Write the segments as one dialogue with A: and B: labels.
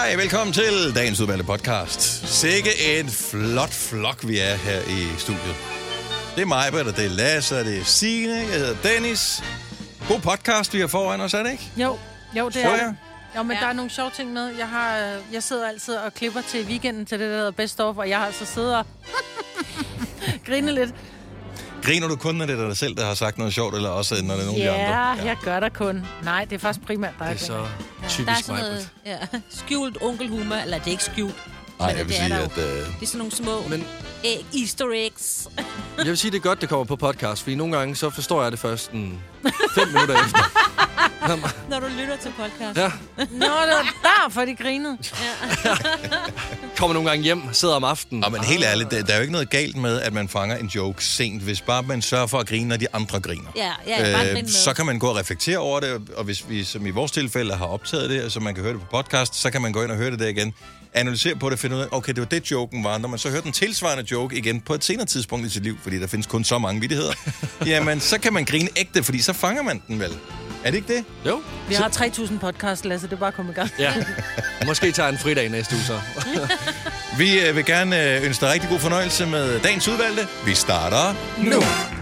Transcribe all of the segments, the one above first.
A: Hej, velkommen til dagens udvalgte podcast. Sikke en flot flok, vi er her i studiet. Det er mig, det er Lasse, det er Signe, jeg hedder Dennis. God podcast, vi har foran os, er det ikke?
B: Jo, det er
A: jeg.
B: Jo, men der er nogle sjove ting med. Jeg sidder altid og klipper til weekenden til det, der hedder Best Of, og jeg har altså siddet og griner lidt.
A: Griner du kun, når det er dig selv, der har sagt noget sjovt, eller også når det er nogen af de andre?
B: Ja, jeg gør der kun. Nej, det er faktisk primært dig.
C: Det er så typisk
D: der er sådan noget, skjult onkelhumor, eller det er ikke skjult.
A: Nej, jeg vil sige, at...
D: Det er sådan nogle små easter eggs.
C: Jeg vil sige, det er godt, det kommer på podcast, fordi nogle gange, så forstår jeg det først 5 minutter efter.
D: Når du lytter til podcast.
C: Ja.
B: Nå, det var derfor, de grinede.
C: Kommer nogle gange hjem, sidder om aftenen.
A: Men helt ærligt, der er jo ikke noget galt med, at man fanger en joke sent, hvis bare man sørger for at grine, når de andre griner.
D: Ja,
A: så kan man gå og reflektere over det, og hvis vi, som i vores tilfælde, har optaget det, så man kan høre det på podcast, så kan man gå ind og høre det der igen. Analysere på det, finde ud af, okay, det var det, joken var. Når man så hører den tilsvarende joke igen på et senere tidspunkt i sit liv, fordi der findes kun så mange vittigheder, jamen, så kan man grine ægte, fordi så fanger man den vel. Er det ikke det?
C: Jo.
B: Vi har 3.000 podcasts, Lasse. Det er bare at komme i gang.
C: Ja. Måske tager en fridag næste uge så.
A: Vi vil gerne ønske dig rigtig god fornøjelse med dagens udvalgte. Vi starter nu.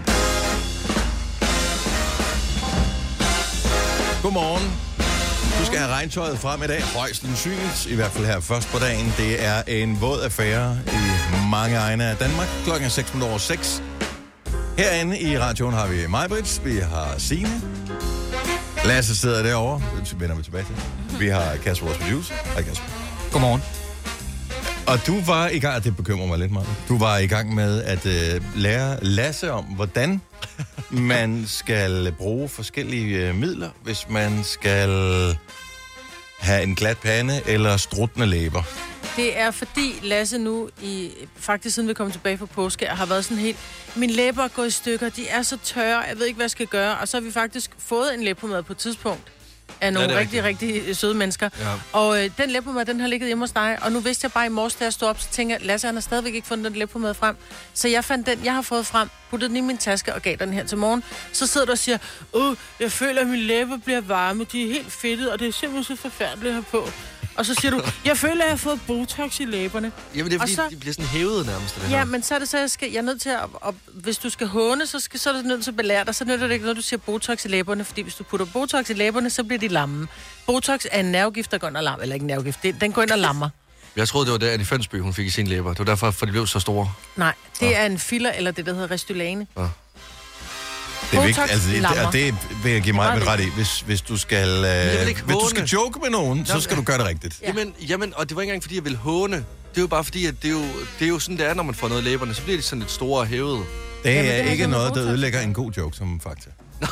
A: Godmorgen. Du skal have regntøjet frem i dag. Højst sandsynligt, i hvert fald her først på dagen. Det er en våd affære i mange egne af Danmark. Klokken er 6:06. Herinde i radioen har vi Majbrits, vi har Signe. Lasse sidder derovre. Det vender vi tilbage til. Vi har Kasper, vores producer. Hej Kasper.
E: Godmorgen.
A: Og du var i gang, og det bekymrer mig lidt meget. Du var i gang med at lære Lasse om, hvordan man skal bruge forskellige midler, hvis man skal have en glat pande eller struttende læber.
B: Det er fordi Lasse nu, faktisk siden vi kom tilbage fra påske, har været sådan helt... Mine læber er gået i stykker, de er så tørre, jeg ved ikke, hvad jeg skal gøre. Og så har vi faktisk fået en læbpomade på et tidspunkt af nogle rigtig søde mennesker. Ja. Og den læbpomade, den har ligget hjemme hos dig. Og nu vidste jeg bare i morges, da jeg stod op, så tænkte jeg, Lasse, han har stadigvæk ikke fundet den læbpomade frem. Så jeg fandt den, jeg har fået frem, puttede den i min taske og gav den her til morgen. Så sidder du og siger, jeg føler, at mine læber bliver varme, de er helt fedtede, og det er simpelthen så forfærdeligt her på. Og så siger du, jeg føler, at jeg har fået Botox i læberne.
C: Jamen, det er fordi, de bliver sådan hævet nærmest. Det
B: ja,
C: her.
B: men så er det så, jeg er nødt til at hvis du skal håne, så er du nødt til at belære dig. Så nytter det ikke, når du siger Botox i læberne, fordi hvis du putter Botox i læberne, så bliver de lamme. Botox er en nervegift, der går ind og lammer. Eller ikke en nervegift, den går ind og lammer.
C: Jeg troede, det var det, Annie Fønsby, hun fik i sine læber. Det var derfor, for de blev så store.
B: Nej, det er en filler, eller det, der hedder Restylane.
C: Ja.
A: Det er vigtigt, altså det vil jeg give mig med ret i. Hvis du skal, hvis du skal joke med nogen, så skal du gøre det rigtigt.
C: Ja. Jamen, og det var ikke engang, fordi jeg ville håne. Det er jo bare fordi, at det er jo sådan, det er, når man får noget i læberne. Så bliver de sådan lidt store og hævede.
A: Det er ikke noget, der ødelægger en god joke, som fakta.
C: Det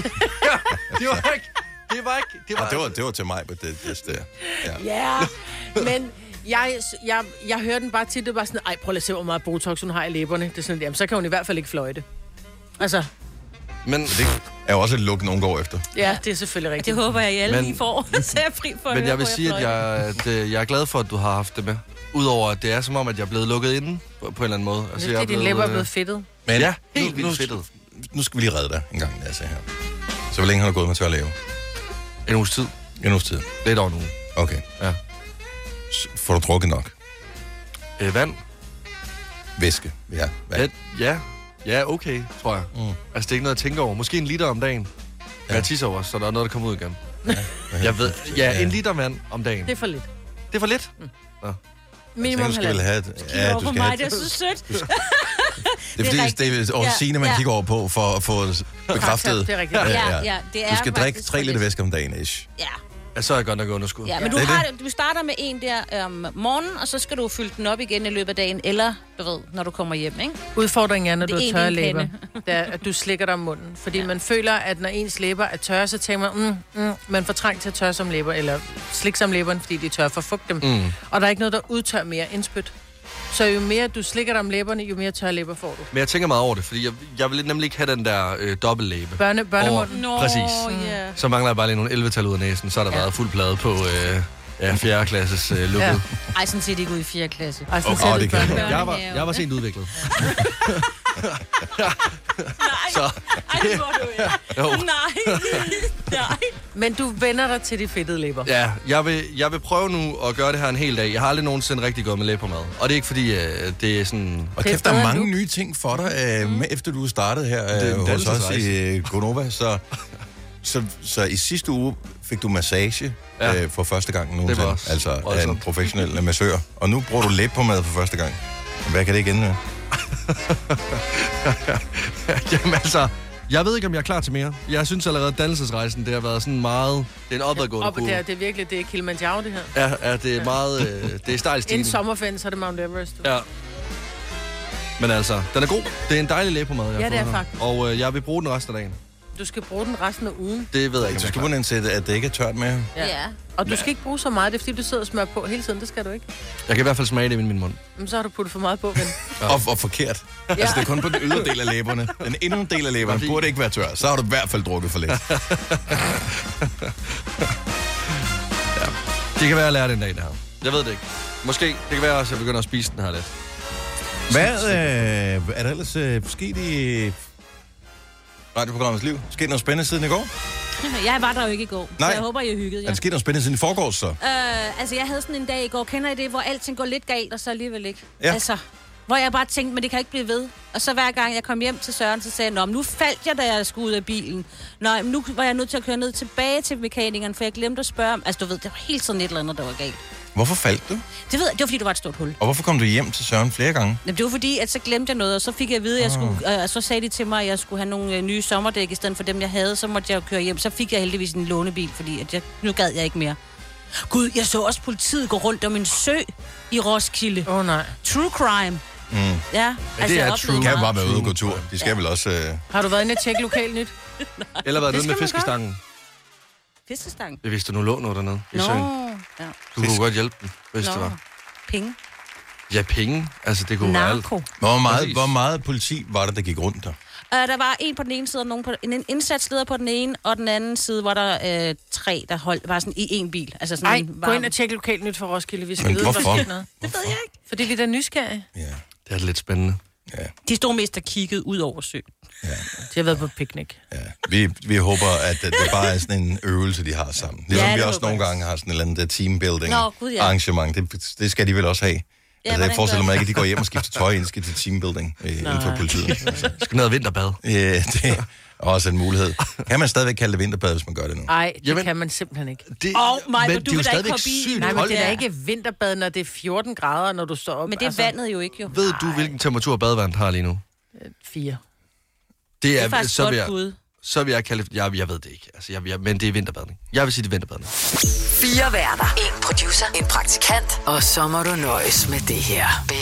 A: var til mig på det der.
B: Ja, men... Jeg hører den bare tit, det var sådan, prøv at se, hvor meget Botox hun har i læberne. Det er sådan, jamen, så kan hun i hvert fald ikke fløjte. Altså...
C: Men
A: det er jo også et look, nogen går efter.
B: Ja, det er selvfølgelig rigtigt.
D: Det håber jeg, I alle lige får. Så er fri for
C: men jeg vil sige, at jeg er glad for, at du har haft det med. Udover at det er som om, at jeg er blevet lukket inde på en eller anden måde. Altså,
B: det er din læber er blevet fedtet.
A: Men
C: ja, helt vildt fedtet.
A: Nu skal vi lige redde dig en gang, Lasse her. Så hvor længe har du gået med tør læbe?
C: En uges tid.
A: En uges tid?
C: Lidt over nu.
A: Okay.
C: Ja.
A: Får du drukket nok?
C: Vand.
A: Væske? Ja, vand.
C: Ja, okay, tror jeg. Altså, det er ikke noget at tænke over. Måske 1 liter om dagen. Ja. Jeg tisser over, så der er noget, der kommer ud igen. Jeg ved, 1 liter vand om dagen.
B: Det er for lidt.
C: Det er for lidt?
A: Ja.
B: Minimum
A: halvand.
D: Du skal over på mig, det er så sødt.
A: Det er fordi, det er også Signe, man kigger over på, for at få bekræftet.
B: Det er rigtigt.
D: Ja, det er
A: du skal drikke 3 liter væske om dagen, ish.
D: Ja.
C: Ja, så er jeg godt nok underskud.
D: Ja, men du starter med en der om morgenen, og så skal du fylde den op igen i løbet af dagen, eller, du ved, når du kommer hjem, ikke?
B: Udfordringen er, når du har tørre læber, det er, at du slikker dig om munden. Fordi man føler, at når ens læber er tørre, så tænker man får trang til at tørre som læber, eller slikke som læberen, fordi de er tørre for at fugte dem. Og der er ikke noget, der udtørrer mere end spyt. Så jo mere du slikker dig om læberne, jo mere tørre læber får du.
C: Men jeg tænker meget over det, fordi jeg vil nemlig ikke have den der dobbeltlæbe.
B: Børnemunden.
C: Præcis. Så mangler jeg bare lige nogle 11-tal ud af næsen, så har der været fuld plade Ja, 4. klasses lukket.
B: Ja.
D: Ej, sådan ser det ikke ud i 4. klasse.
B: Ej, sådan ser
A: det kan
C: Jeg var sent udviklet.
D: Nej,
C: Så.
D: ej, det må du ikke.
C: Jo.
D: Nej.
B: Men du vender dig til de fedtede læber.
C: Ja, jeg vil prøve nu at gøre det her en hel dag. Jeg har aldrig nogensinde rigtig gået med læbermad. Og det er ikke fordi, det er sådan...
A: Og kæft, der er mange nye ting for dig, efter du startede her hos os i Gonova. Så i sidste uge fik du massage for første gang nogensinde. Altså af en professionel massør. Og nu bruger du læbepomade for første gang. Hvad kan det ikke ende med?
C: Jamen altså, jeg ved ikke, om jeg er klar til mere. Jeg synes allerede, at dannelsesrejsen, det har været sådan meget... Det er en opadgående kurve.
B: Det er virkelig, det er Kilimanjaro, det her.
C: Ja, det er meget... det er stejl stigning.
B: Inden sommerferien, så er det Mount Everest.
C: Ja. Men altså, den er god. Det er en dejlig læbepomade, jeg har
B: det er
C: fået her.
B: faktisk.
C: Og jeg vil bruge den resten af dagen.
B: Du skal bruge den resten af ugen.
C: Det ved jeg ikke,
A: Du skal bunde til, at det ikke er tørt med.
D: Ja.
B: Og du skal ikke bruge så meget, det er fordi, du sidder og smører på hele tiden. Det skal du ikke.
C: Jeg kan i hvert fald smage det i min mund.
B: Men så har du puttet for meget på, ven.
A: Ja. Og forkert. Ja. Altså, det er kun på den ydre del af læberne. Den indre del af læberne burde ikke være tør. Så har du i hvert fald drukket for lidt.
C: Ja. Det kan være, at jeg lærer den dag, det her. Jeg ved det ikke. Måske. Det kan være også, at jeg begynder at spise den her lidt.
A: Hvad er der ellers sket i radioprogrammets liv? Skete noget spændende siden i går?
D: Jeg var der jo ikke i går,
A: Nej.
D: så jeg håber, I har hygget jer.
A: Er der sket noget spændende siden i forgårs, så?
D: Altså, jeg havde sådan en dag i går, kender I det, hvor alting går lidt galt, og så alligevel ikke?
A: Ja.
D: Altså, hvor jeg bare tænkte, men det kan ikke blive ved. Og så hver gang jeg kom hjem til Søren, så sagde jeg, nu faldt jeg, da jeg skulle ud af bilen. Nå, nu var jeg nødt til at køre ned tilbage til mekanikeren, for jeg glemte at spørge om... Altså, du ved, det var helt sådan et eller andet, der var galt.
A: Hvorfor faldt du?
D: Det var fordi, det var et stort hul.
A: Og hvorfor kom du hjem til Søren flere gange?
D: Jamen, det var fordi, at så glemte jeg noget, og så fik jeg at vide, at jeg skulle, så sagde de til mig, at jeg skulle have nogle nye sommerdæk i stedet for dem, jeg havde. Så måtte jeg køre hjem. Så fik jeg heldigvis en lånebil, fordi at nu gad jeg ikke mere. Gud, jeg så også politiet gå rundt om en sø i Roskilde.
B: Nej.
D: True crime. Ja, altså
C: det er
D: jeg
C: true.
A: De kan jo bare være
C: True.
A: ude og gå tur. De skal vel også...
B: Har du været inde og tjekke lokal nyt?
C: Eller været
B: Det
C: ude med
B: skal man
C: fiskestangen.
D: Fiskestang.
C: Hvis du nu lå noget dernede i søen.
D: Ja.
C: Du kunne godt hjælpe dem, hvis det var.
D: Penge.
C: Ja, penge. Altså, det kunne være alt.
D: Narko.
A: Hvor meget politi var der gik rundt der?
D: Der var en på den ene side, og nogen på en indsatsleder på den ene, og den anden side var der 3, der holdt bare sådan i en bil. Altså sådan
B: Nej,
D: en
B: gå ind og tjek lokal nyt for Roskilde. Vi skal
A: Men
B: vide, hvad
A: hvorfor?
B: der sker noget.
D: Det ved jeg ikke.
B: Fordi vi er da nysgerrige.
A: Ja.
C: Det er lidt spændende.
A: Ja.
D: De stod mest og kiggede ud over søen.
B: De har været på picnic.
A: Ja. Vi håber, at det bare er sådan en øvelse, de har sammen. Ligesom vi
D: det
A: også
D: håber
A: nogle
D: jeg.
A: gange har sådan et eller andet teambuilding
D: Nå, gud, ja.
A: arrangement. Det skal de vel også have. Altså, jeg
D: hvordan
A: forestiller
D: gør
A: mig
D: de?
A: ikke, at de går hjem og skifter tøj, inden de skal til teambuilding inden for politiet. Altså,
C: Skal ned og vinterbad.
A: ja, det er også en mulighed. Kan man stadigvæk kalde det vinterbad, hvis man gør det nu?
B: Nej, det
C: Jamen-
B: kan man simpelthen ikke.
D: Maja,
C: men
D: du
C: det er jo
D: vil da ikke
C: stadigvæk
D: hoppe i.
C: sygt
B: Nej, men
C: koldt.
B: det er da ikke vinterbad, når det er 14 grader, når du står op.
D: Men det er vandet jo ikke, jo.
C: Ved du, hvilken temperatur badevandet har lige nu?
B: 4.
D: Det er faktisk godt bud.
C: Så vil jeg kalde det... Jeg ved det ikke. Altså, men det er vinterbadning. Jeg vil sige, det er vinterbadning.
E: 4 værter. 1 producer. En praktikant. Og så må du nøjes med det her.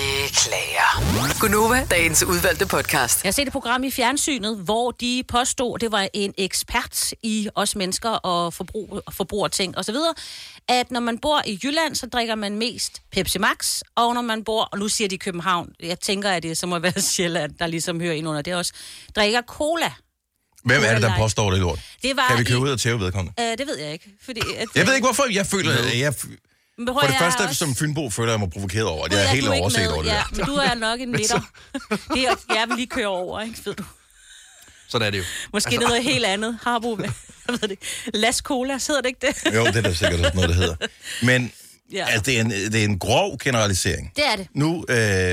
E: Beklager. Gunova, dagens udvalgte podcast.
D: Jeg har set et program i fjernsynet, hvor de påstod, det var en ekspert i os mennesker og forbrugerting osv., at når man bor i Jylland, så drikker man mest Pepsi Max, og når man bor, og nu siger de København, jeg tænker, at det så må være Sjælland, der ligesom hører ind under det også, drikker cola.
A: Hvem er det, der påstår det lort?
D: Det var
A: Kan vi købe ud og tæve vedkommende?
D: det ved jeg ikke. Fordi, at,
A: Jeg ved ikke, hvorfor jeg føler, at jeg...
D: Men prøv,
A: For det
D: jeg
A: første,
D: har også-
A: som Fynbo, føler jeg mig provokeret over, at jeg er
D: Ja,
A: helt
D: du ikke
A: overset
D: med,
A: over det
D: ja,
A: der.
D: men du er nok en midter. Det er, jeg vil lige køre over, ikke? Ved du?
C: Sådan er det jo.
D: Måske noget helt andet. Harbo med, jeg ved det, Las Cola, hedder det ikke det?
A: Jo, det er da sikkert også noget, det hedder. Men
D: Ja.
A: altså, det er en grov generalisering.
D: Det er det.
A: Nu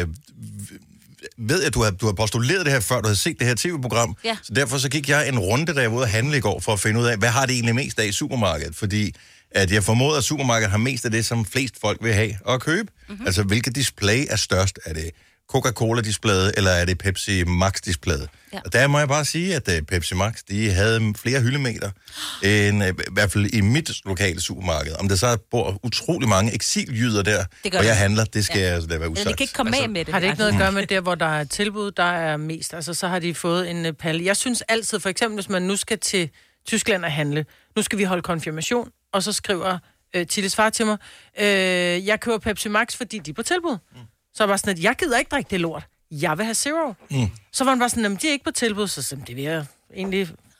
A: ved jeg, at du har postuleret det her før, du har set det her tv-program.
D: Ja.
A: Så derfor så gik jeg en runde, da jeg var ude at handle i går, for at finde ud af, hvad har det egentlig mest af i supermarkedet? Fordi at jeg formoder, at supermarkedet har mest af det, som flest folk vil have at købe. Mm-hmm. Altså, hvilket display er størst? Er det Coca-Cola-displayet, eller er det Pepsi Max-displayet?
D: Ja.
A: Og der må jeg bare sige, at Pepsi Max, de havde flere hyldemeter, end i hvert fald i mit lokale supermarked. Om der så bor utrolig mange eksiljyder der,
D: gør
A: hvor jeg
D: det.
A: handler, det skal jeg lade være
D: Men
A: usagt.
D: vi kan ikke komme af med det.
B: Har det ikke noget at gøre med der, hvor der er tilbud, der er mest? Altså, så har de fået en palle. Jeg synes altid, for eksempel, hvis man nu skal til Tyskland og handle, nu skal vi holde konfirmation, og så skriver Tilles far til mig, jeg køber Pepsi Max, fordi de er på tilbud. Så var jeg sådan, at jeg gider ikke drikke det lort. Jeg vil have Zero. Så var man bare sådan, at de er ikke på tilbud, så det vil jeg egentlig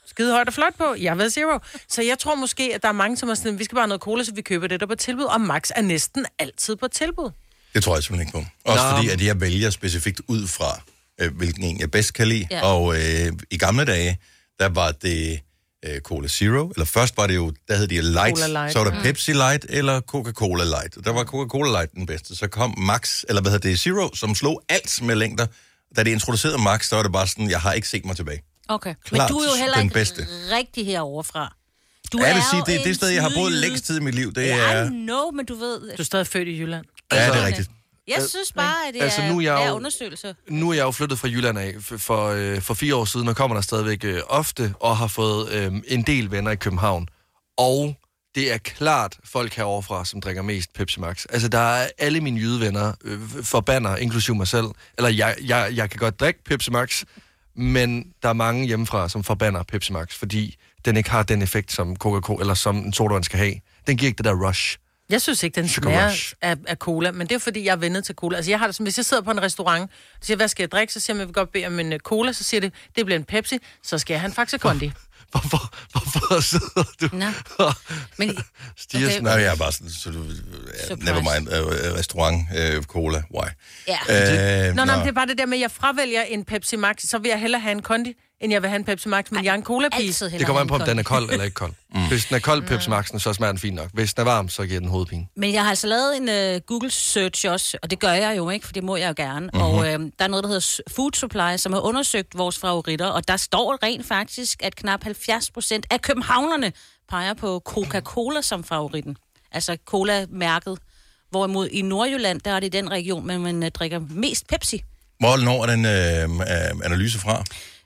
B: skide højt og flot på. Jeg ved Zero. Så jeg tror måske, at der er mange, som er sådan, vi skal bare have noget cola, så vi køber det der på tilbud. Og Max er næsten altid på tilbud.
A: Det tror jeg simpelthen ikke på. Også fordi, at jeg vælger specifikt ud fra, hvilken en jeg bedst kan lide. Ja. Og i gamle dage, der var det Cola Zero, eller først var det jo, der hed de Light, så var der Pepsi Light eller Coca-Cola Light. Der var Coca-Cola Light den bedste. Så kom Max, eller hvad hedder det, Zero, som slog alt med længder. Da det introducerede Max, der var det bare sådan, jeg har ikke set mig tilbage.
D: Okay,
A: klart,
D: men du er jo heller ikke
A: bedste.
D: rigtig herovre fra.
A: Jeg vil sige, det sted, jeg har boet længst tid i mit liv, det er...
D: I know, men du ved...
B: Du er stadig født i Jylland.
A: Ja, det er rigtigt.
D: Jeg synes bare, at det er undersøgelse.
C: Nu er jeg jo flyttet fra Jylland af for 4 år siden, og kommer der stadigvæk ofte, og har fået en del venner i København. Og det er klart folk heroverfra, som drikker mest Pepsi Max. Altså, der er alle mine jydevenner forbander, inklusive mig selv. Eller jeg kan godt drikke Pepsi Max, men der er mange hjemmefra, som forbander Pepsi Max, fordi den ikke har den effekt, som Coca-Cola eller som en sodavand skal have. Den giver ikke det der rush.
B: Jeg synes ikke, den smager af cola, men det er fordi, jeg er vennet til cola. Altså, jeg har det som, hvis jeg sidder på en restaurant, og siger, hvad skal jeg drikke? Så siger man, jeg vil godt bede om en cola, så siger det bliver en Pepsi, så skal jeg have en Faxe Kondi.
C: Hvorfor sidder du?
D: Men
A: okay. Nej, jeg er bare sådan, så du... never mind, restaurant, cola, why?
B: Ja. Nå, det er bare det der med, at jeg fravælger en Pepsi Max, så vil jeg hellere have en Kondi, end jeg vil have en Pepsi Max, men jeg er en cola-pige.
C: Det kommer an på, om den er kold eller ikke kold. Hvis den er kold, Pepsi Maxen, så smager den fint nok. Hvis den er varm, så giver den hovedpine.
D: Men jeg har altså lavet en Google-search også, og det gør jeg jo ikke, for det må jeg jo gerne. Og der er noget, der hedder Food Supply, som har undersøgt vores favoritter, og der står rent faktisk, at knap 70% af københavnerne peger på Coca-Cola som favoritten. Altså cola-mærket. Hvorimod i Nordjylland, der er det den region, men man drikker mest Pepsi.
A: Hvornår er den analyse fra?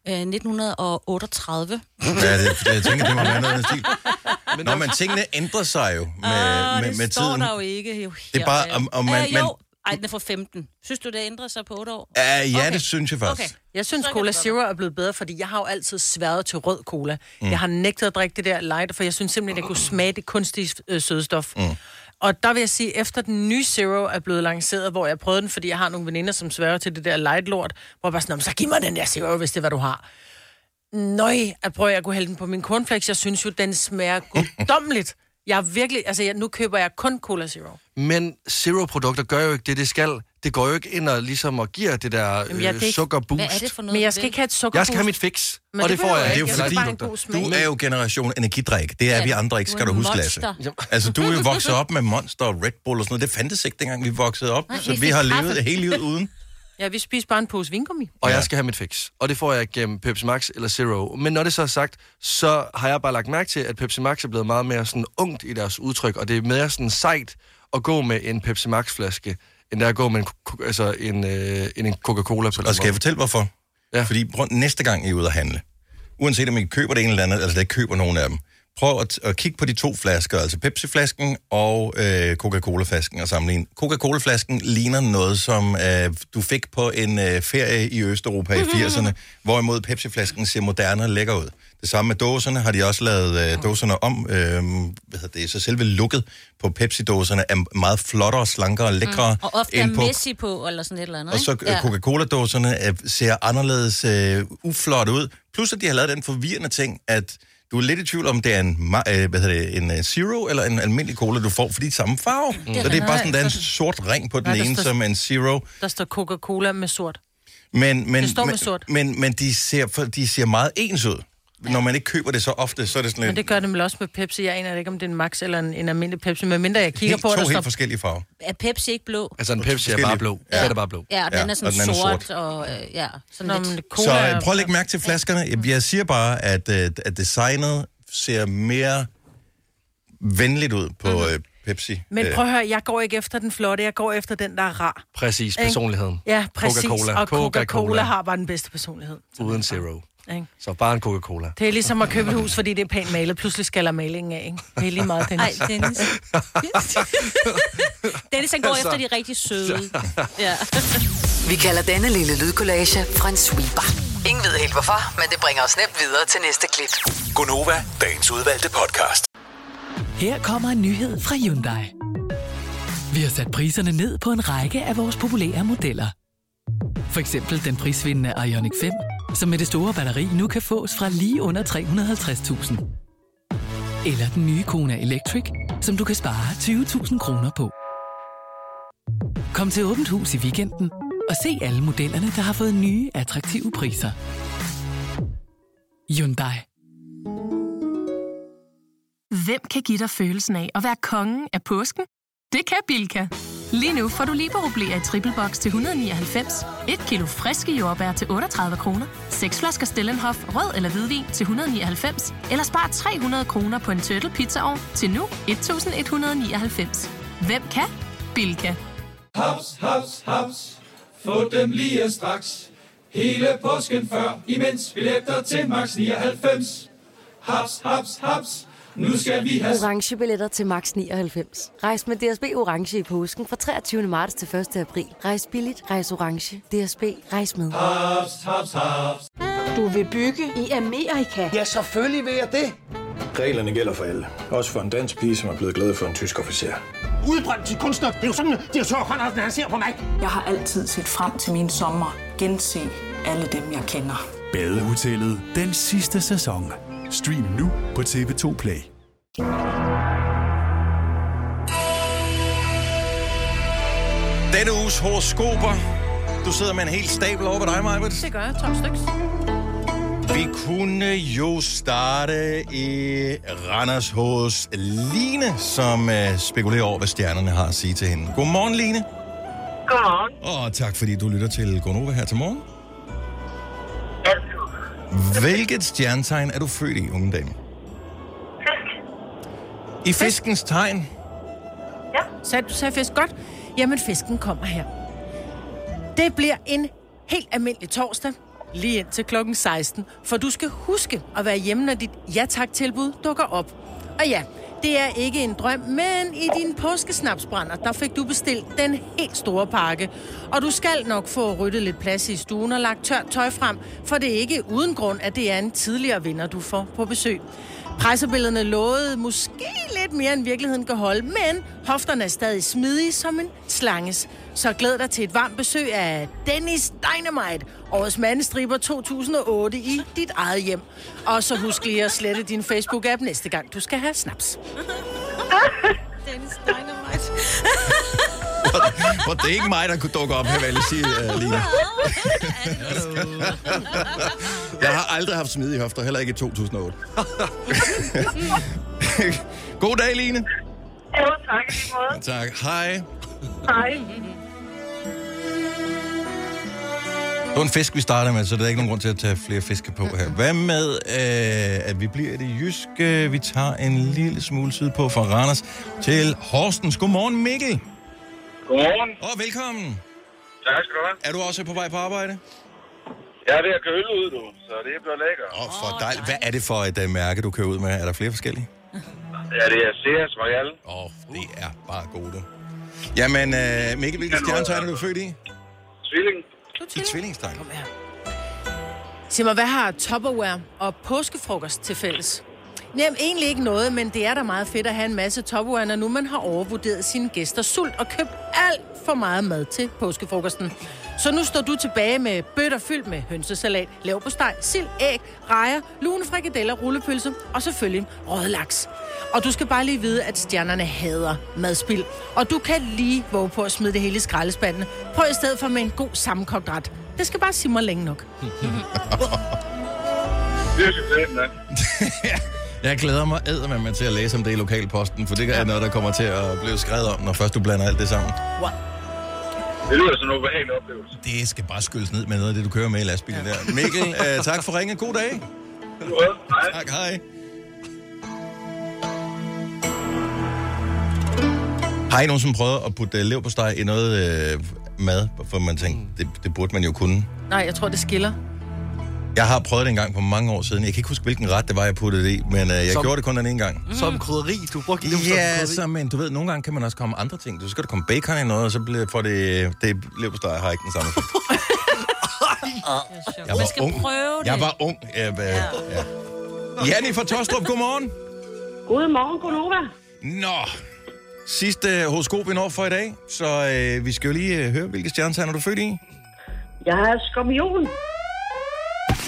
D: 1938.
A: Ja, jeg tænker, det må være noget af den stil. Men tingene ændrer sig jo med tiden.
D: Det står der jo ikke. Jo,
A: det er bare, om man...
D: den er fra 15. Synes du, det ændrer sig på 8 år?
A: Ja, okay. Det synes jeg faktisk. Okay.
B: Jeg synes, Cola Zero er blevet bedre, fordi jeg har jo altid sværet til rød cola. Jeg har nægtet at drikke det der light, for jeg synes simpelthen, at jeg kunne smage det kunstige sødstof. Og der vil jeg sige, efter den nye Zero er blevet lanceret, hvor jeg prøvede den, fordi jeg har nogle veninder, som sværger til det der light-lort, hvor jeg bare sådan, så giv mig den der Zero, hvis det er, hvad du har. Nøj, at prøve at kunne hælde den på min cornflakes. Jeg synes jo, den smager guddommeligt. Jeg er virkelig, nu køber jeg kun Cola Zero.
C: Men Zero-produkter gør jo ikke det skal. Det går jo ikke ind og ligesom og giver det der sukkerboost.
D: Hvad er det for noget?
B: Men jeg skal ikke have et sukkerboost.
C: Jeg skal have mit fix,
B: men
C: og det får jeg.
A: Det er jo fordi, du er jo generation energidrik. Det er vi andre ikke, skal du huske, Lasse. Altså, du er jo vokset op med Monster og Red Bull og sådan noget. Det fandtes ikke, dengang vi voksede op. Nej, så vi har levet hele livet uden.
B: Ja, vi spiser bare en pose vingummi.
C: Og jeg skal have mit fix. Og det får jeg gennem Pepsi Max eller Zero. Men når det så er sagt, så har jeg bare lagt mærke til, at Pepsi Max er blevet meget mere sådan ungt i deres udtryk. Og det er mere sådan sejt at gå med en Pepsi Max-flaske, end der at gå med en Coca-Cola.
A: Og skal jeg fortælle, hvorfor? Ja. Fordi næste gang I er ude at handle, uanset om I køber det ene eller andet, altså der ikke køber nogen af dem, prøv at kigge på de 2 flasker, altså Pepsi-flasken og Coca-Cola-flasken og sammenligne. Coca-Cola-flasken ligner noget, som du fik på en ferie i Østeuropa i 80'erne, hvorimod Pepsi-flasken ser moderne og lækker ud. Det samme med dåserne, har de også lavet dåserne om. Så selve looket på Pepsi-dåserne er meget flottere, slankere og lækre.
D: Og ofte er Messi på, eller sådan et eller andet.
A: Og så Coca-Cola-dåserne ser anderledes uflot ud. Plus at de har lavet den forvirrende ting, at du er lidt i tvivl om, det er en Zero eller en almindelig cola, du får, fordi samme farve. Så det er bare sådan, der er en sort ring på den ene, som en Zero.
B: Der står Coca-Cola med sort.
A: Det
B: står med sort.
A: Men de ser meget ens ud. Ja. Når man ikke køber det så ofte, så er det sådan lidt...
B: Men det gør det vel også med Pepsi. Jeg aner ikke, om det er en Max eller en almindelig Pepsi, men mindre jeg kigger på,
A: helt forskellige farver.
D: Er Pepsi ikke blå?
C: Altså en Pepsi er bare blå. Ja. Så er det bare blå.
D: Ja, og den er sådan sort. Og, sådan lidt.
A: Så prøv at lægge mærke til flaskerne. Jeg siger bare, at designet ser mere venligt ud på Pepsi.
B: Men prøv at høre, jeg går ikke efter den flotte, jeg går efter den, der er rar.
C: Præcis, personligheden.
B: Ja, præcis.
C: Coca-Cola.
B: Og Coca-Cola har bare den bedste personlighed.
C: Uden Zero. Så bare en Coca-Cola.
B: Det er ligesom at købe et hus, fordi det er pænt malet. Pludselig skaller malingen af, ikke? Det er lige meget, Dennis.
D: Ej, Dennis. Dennis, han går efter de rigtig søde. Ja.
E: Vi kalder denne lille lydkollage en sweeper. Ingen ved helt hvorfor, men det bringer os nemt videre til næste klip.
F: Gonova, dagens udvalgte podcast.
G: Her kommer en nyhed fra Hyundai. Vi har sat priserne ned på en række af vores populære modeller. For eksempel den prisvindende Ioniq 5, som med det store batteri nu kan fås fra lige under 350.000. Eller den nye Kona Electric, som du kan spare 20.000 kroner på. Kom til Åbent Hus i weekenden og se alle modellerne, der har fået nye, attraktive priser. Hyundai.
H: Hvem kan give dig følelsen af at være kongen af påsken? Det kan Bilka! Lige nu får du Liberobleer i triple box til 199, 1 kilo friske jordbær til 38 kroner, 6 flasker Stellenhof rød eller hvidvin til 199, eller spar 300 kroner på en Turtle Pizzaovn til nu 1199. Hvem kan? Bilka.
I: Haps, haps, haps. Få dem lige straks. Hele påsken før, imens billetter til max 99. Haps, haps, haps. Nu skal vi have
J: orange billetter til max 99. Rejs med DSB orange i påsken fra 23. marts til 1. april. Rejs billigt, rejs orange. DSB, rejs med.
I: haps, haps, haps.
K: Du vil bygge i Amerika?
L: Ja, selvfølgelig vil jeg det.
M: Reglerne gælder for alle. Også for en dansk pige, som er blevet glad for en tysk officer.
L: Udbrændt til kunstner. Det er jo sådan, at direktør Conradsen, han ser på mig.
K: Jeg har altid set frem til min sommer. Gense alle dem, jeg kender.
N: Badehotellet den sidste sæson. Stream nu på TV2 Play.
A: Denne uges horoskoper. Du sidder med en hel stabel over ved dig, Majbert.
B: Det gør jeg, 12 styks.
A: Vi kunne jo starte i Randers hos Line, som spekulerer over, hvad stjernerne har at sige til hende. Godmorgen, Line.
O: Godmorgen.
A: Og tak, fordi du lytter til Gonova her til morgen.
O: Altid.
A: Hvilket stjernetegn er du født i, unge dame?
O: Fisk.
A: I fiskens tegn?
O: Ja.
B: Du sagde fisk godt. Jamen, fisken kommer her. Det bliver en helt almindelig torsdag, lige ind til klokken 16. For du skal huske at være hjemme, når dit ja-tak-tilbud dukker op. Og ja, det er ikke en drøm, men i din påskesnapsbrænder, der fik du bestilt den helt store pakke. Og du skal nok få ryddet lidt plads i stuen og lagt tørt tøj frem, for det er ikke uden grund, at det er en tidligere vinder, du får på besøg. Pressebillederne lovede måske lidt mere, end virkeligheden kan holde, men hofterne er stadig smidige som en slanges. Så glæd dig til et varmt besøg af Dennis Dynamite, årets mandestriber 2008 i dit eget hjem. Og så husk lige at slette din Facebook-app næste gang, du skal have snaps.
D: Dennis Dynamite.
A: Hvor det er ikke mig, der kunne dukke op her, vil jeg sige, Line. Jeg har aldrig haft smidige hofter, heller ikke i 2008. God dag, Line.
O: Jo, tak i lige måde.
A: Tak. Hej.
O: Hej.
A: Det var en fisk, vi starter med, så der er ikke nogen grund til at tage flere fiske på her. Hvad med, at vi bliver i det jyske? Vi tager en lille smule sydpå fra Randers til Horsens. Godmorgen, Mikkel.
P: Godmorgen.
A: Og velkommen.
P: Tak skal du have.
A: Er du også på vej på arbejde?
P: Jeg er ved at køre øl ud, du, så det bliver lækkert.
A: For dejligt. Hvad er det for et mærke, du kører ud med? Er der flere forskellige?
P: Ja, det er Sears Royal.
A: Det er bare gode. Jamen, Mikkel, hvilke stjernetegn er du født i?
P: Tvilling.
A: I tvillingstegn.
B: Kom her. Sig mig, hvad har Tupperware og påskefrokost til fælles? Jamen, egentlig ikke noget, men det er da meget fedt at have en masse Tupperware, når nu man har overvurderet sine gæsters sult og købt alt for meget mad til påskefrokosten. Så nu står du tilbage med bøtter fyldt med hønsesalat, leverpostej, sild, æg, rejer, lune frikadeller, rullepølse og selvfølgelig rød laks. Og du skal bare lige vide, at stjernerne hader madspild. Og du kan lige våge på at smide det hele i skraldespanden. Prøv i stedet for med en god sammenkogt ret. Det skal bare simre længe nok.
P: Det er selvfølgelig,
A: Jeg glæder mig eddermame til at læse om det i Lokalposten, for det er noget, der kommer til at blive skrevet om, når først du blander alt det sammen.
B: Wow.
P: Det lyder sådan en ubehagelig oplevelse.
A: Det skal bare skyldes ned med noget af det, du kører med i lastbilen der. Mikkel, tak for ringen. God dag.
P: Hej.
A: Tak, hej. Har I nogen, som prøvet at putte leverpostej i noget mad, for man tænkte, det burde man jo kunne?
B: Nej, jeg tror, det skiller.
A: Jeg har prøvet det en gang for mange år siden. Jeg kan ikke huske, hvilken ret det var, jeg puttede det i, men jeg gjorde det kun den ene gang.
C: Som krydderi? Du brugte det som krydderi?
A: Men du ved, nogle gange kan man også komme andre ting. Så skal der komme bacon i noget, og så får det leverpostej har ikke den samme effekt.
D: Man skal prøve det.
A: Jeg var ung. Ja. Janni fra Tostrup, godmorgen.
O: Godmorgen, Gonova.
A: Nå, sidste horoskop vi når for i dag, så vi skal jo lige høre, hvilke stjernetegn er du født i?
O: Jeg er skorpion.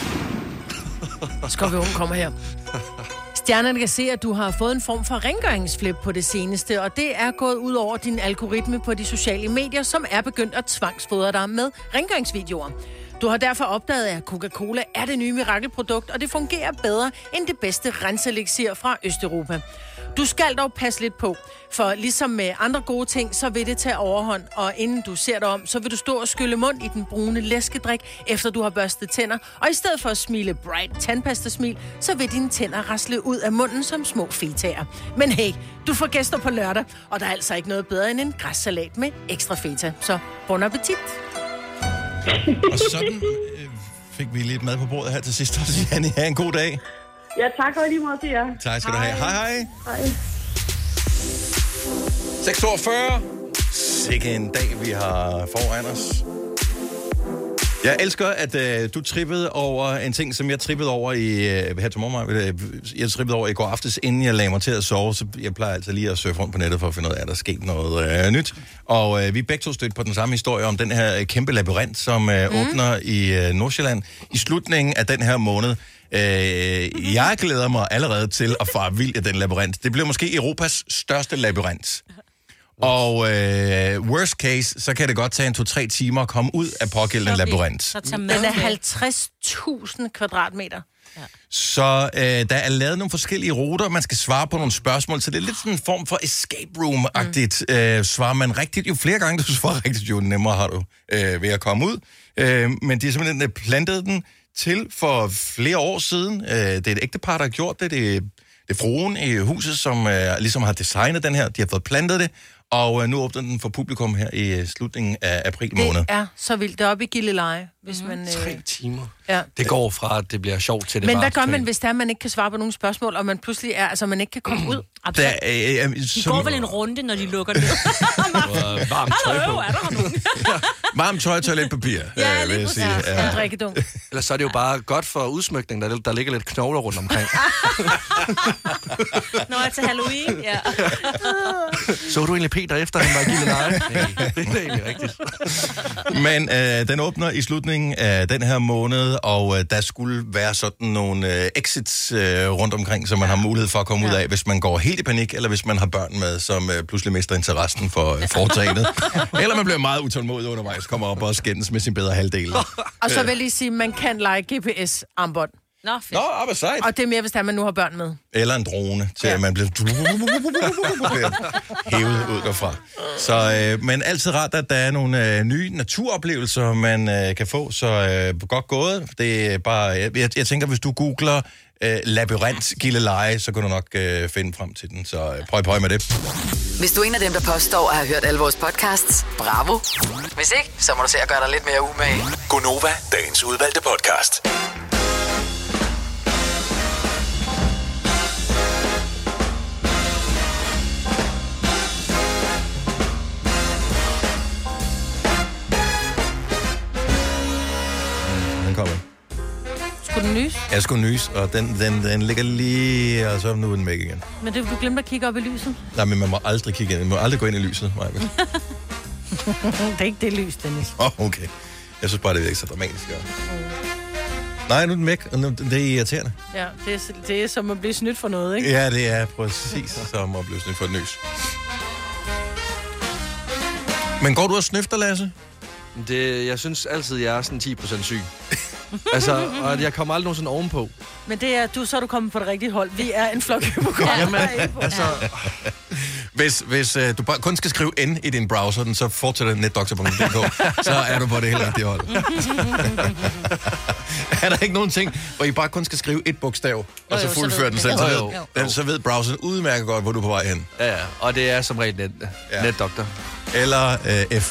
B: Skorpionen kommer her. Stjernerne kan se, at du har fået en form for rengøringsflip på det seneste, og det er gået ud over din algoritme på de sociale medier, som er begyndt at tvangsfodre dig med rengøringsvideoer. Du har derfor opdaget, at Coca-Cola er det nye mirakelprodukt, og det fungerer bedre end det bedste renselixir fra Østeuropa. Du skal dog passe lidt på, for ligesom med andre gode ting, så vil det tage overhånd, og inden du ser dig om, så vil du stå og skylle mund i den brune læskedrik, efter du har børstet tænder, og i stedet for at smile bright tandpastasmil, så vil dine tænder rasle ud af munden som små fetaer. Men hey, du får gæster på lørdag, og der er altså ikke noget bedre end en græssalat med ekstra feta, så bon appetit!
A: Og sådan fik vi lidt mad på bordet her til sidst. Janni, have en god dag.
O: Ja, tak og lige måde til jer.
A: Tak skal du have. Hej.
O: Hej.
A: 6:42. Sikke en dag, vi har foran os. Jeg elsker, at du trippede over en ting, som jeg trippede over her til morgen. Jeg trippede over i går aftes, inden jeg lagde mig til at sove. Så jeg plejer altid lige at surfe rundt på nettet for at finde ud af, at der er sket noget nyt. Og vi begge to stødte på den samme historie om den her kæmpe labyrint, som åbner i Nordsjælland i slutningen af den her måned. Jeg glæder mig allerede til at fare vild af den labyrint. Det bliver måske Europas største labyrint. Og worst case, så kan det godt tage 2-3 timer at komme ud af pågældende labyrint.
B: Den er 50.000 kvadratmeter. Ja.
A: Så der er lavet nogle forskellige ruter, man skal svare på nogle spørgsmål, så det er lidt sådan en form for escape room-agtigt. Svarer man rigtigt, jo flere gange du svarer rigtigt, jo nemmere har du ved at komme ud. Men de har simpelthen plantet den til for flere år siden. Det er et ægtepar, der har gjort det. Det er fruen i huset, som ligesom har designet den her. De har fået plantet det, og nu åbner den for publikum her i slutningen af april måned.
B: Det er så vildt. Det er oppe i Gilleleje, hvis man...
C: 3 timer.
B: Ja.
C: Det går fra, at det bliver sjovt til det.
B: Men hvad gør man, hvis det er, man ikke kan svare på nogle spørgsmål, og man pludselig er, altså man ikke kan komme ud?
D: De går vel en runde, når de lukker det.
C: Varmt tøj på.
D: Er der nogen?
A: Varmt tøj og toiletpapir, vil jeg sige.
B: Ja. En drikkedunk.
C: Eller så er det jo bare godt for udsmykning, der ligger lidt knogler rundt omkring.
D: Nå, til Halloween, ja.
C: Så du egentlig Peter efter, han var i Gilleleje? Nej, det er egentlig rigtigt.
A: Men den åbner i slutningen af den her måned, og der skulle være sådan nogle exits rundt omkring, så man har mulighed for at komme ud af, hvis man går helt i panik, eller hvis man har børn med, som pludselig mister interessen for foretagendet. Eller man bliver meget utålmodig undervejs, kommer op og skændes med sin bedre halvdel.
B: Og så vil jeg lige sige, at man kan lege GPS-armbånd.
D: Nå, fedt.
A: Nå, aber sejt.
B: Og det er mere, hvis man nu har børn med.
A: Eller en drone, til at man bliver hævet ud derfra. Så, men altid rart, at der er nogle nye naturoplevelser, man kan få, så godt gået. Det er bare, jeg tænker, hvis du googler labyrint Gilleleje, så kan du nok finde frem til den, så prøv med det.
E: Hvis du er en af dem, der påstår at have hørt alle vores podcasts, bravo. Hvis ikke, så må du se at gøre dig lidt mere umage.
F: Gonova, dagens udvalgte podcast.
B: Skulle den nys?
A: Jeg skulle nys, og den ligger lige, og så nu er den væk igen.
B: Men det, du glemte at kigge op i lyset?
A: Nej, men man må aldrig kigge ind. Man må aldrig gå ind i lyset, Maja.
B: Det er ikke det lys, Dennis.
A: Okay. Jeg synes bare, det er ikke så dramatisk. Ja. Nej, nu er den væk, og nu, det er irriterende.
B: Ja, det er som at blive snydt for noget, ikke?
A: Ja, det er præcis som at blive snydt for et nys. Men går du og snøfter, Lasse?
C: Jeg synes altid, jeg er sådan 10% syg. Altså, og jeg kommer aldrig nogensinde ovenpå.
B: Men det er, så er du kommet på det rigtige hold. Vi er en flok hypokonder.
C: Jamen, altså...
A: Hvis du bare kun skal skrive N i din browser, så fortsætter netdoktor.dk, så er du på det helt rigtige hold. Er der ikke nogen ting, hvor I bare kun skal skrive et bogstav, og så fuldfører den selv? Så ved browseren udmærket godt, hvor du er på vej hen.
C: Ja, og det er som regel netdoktor.
A: Eller F.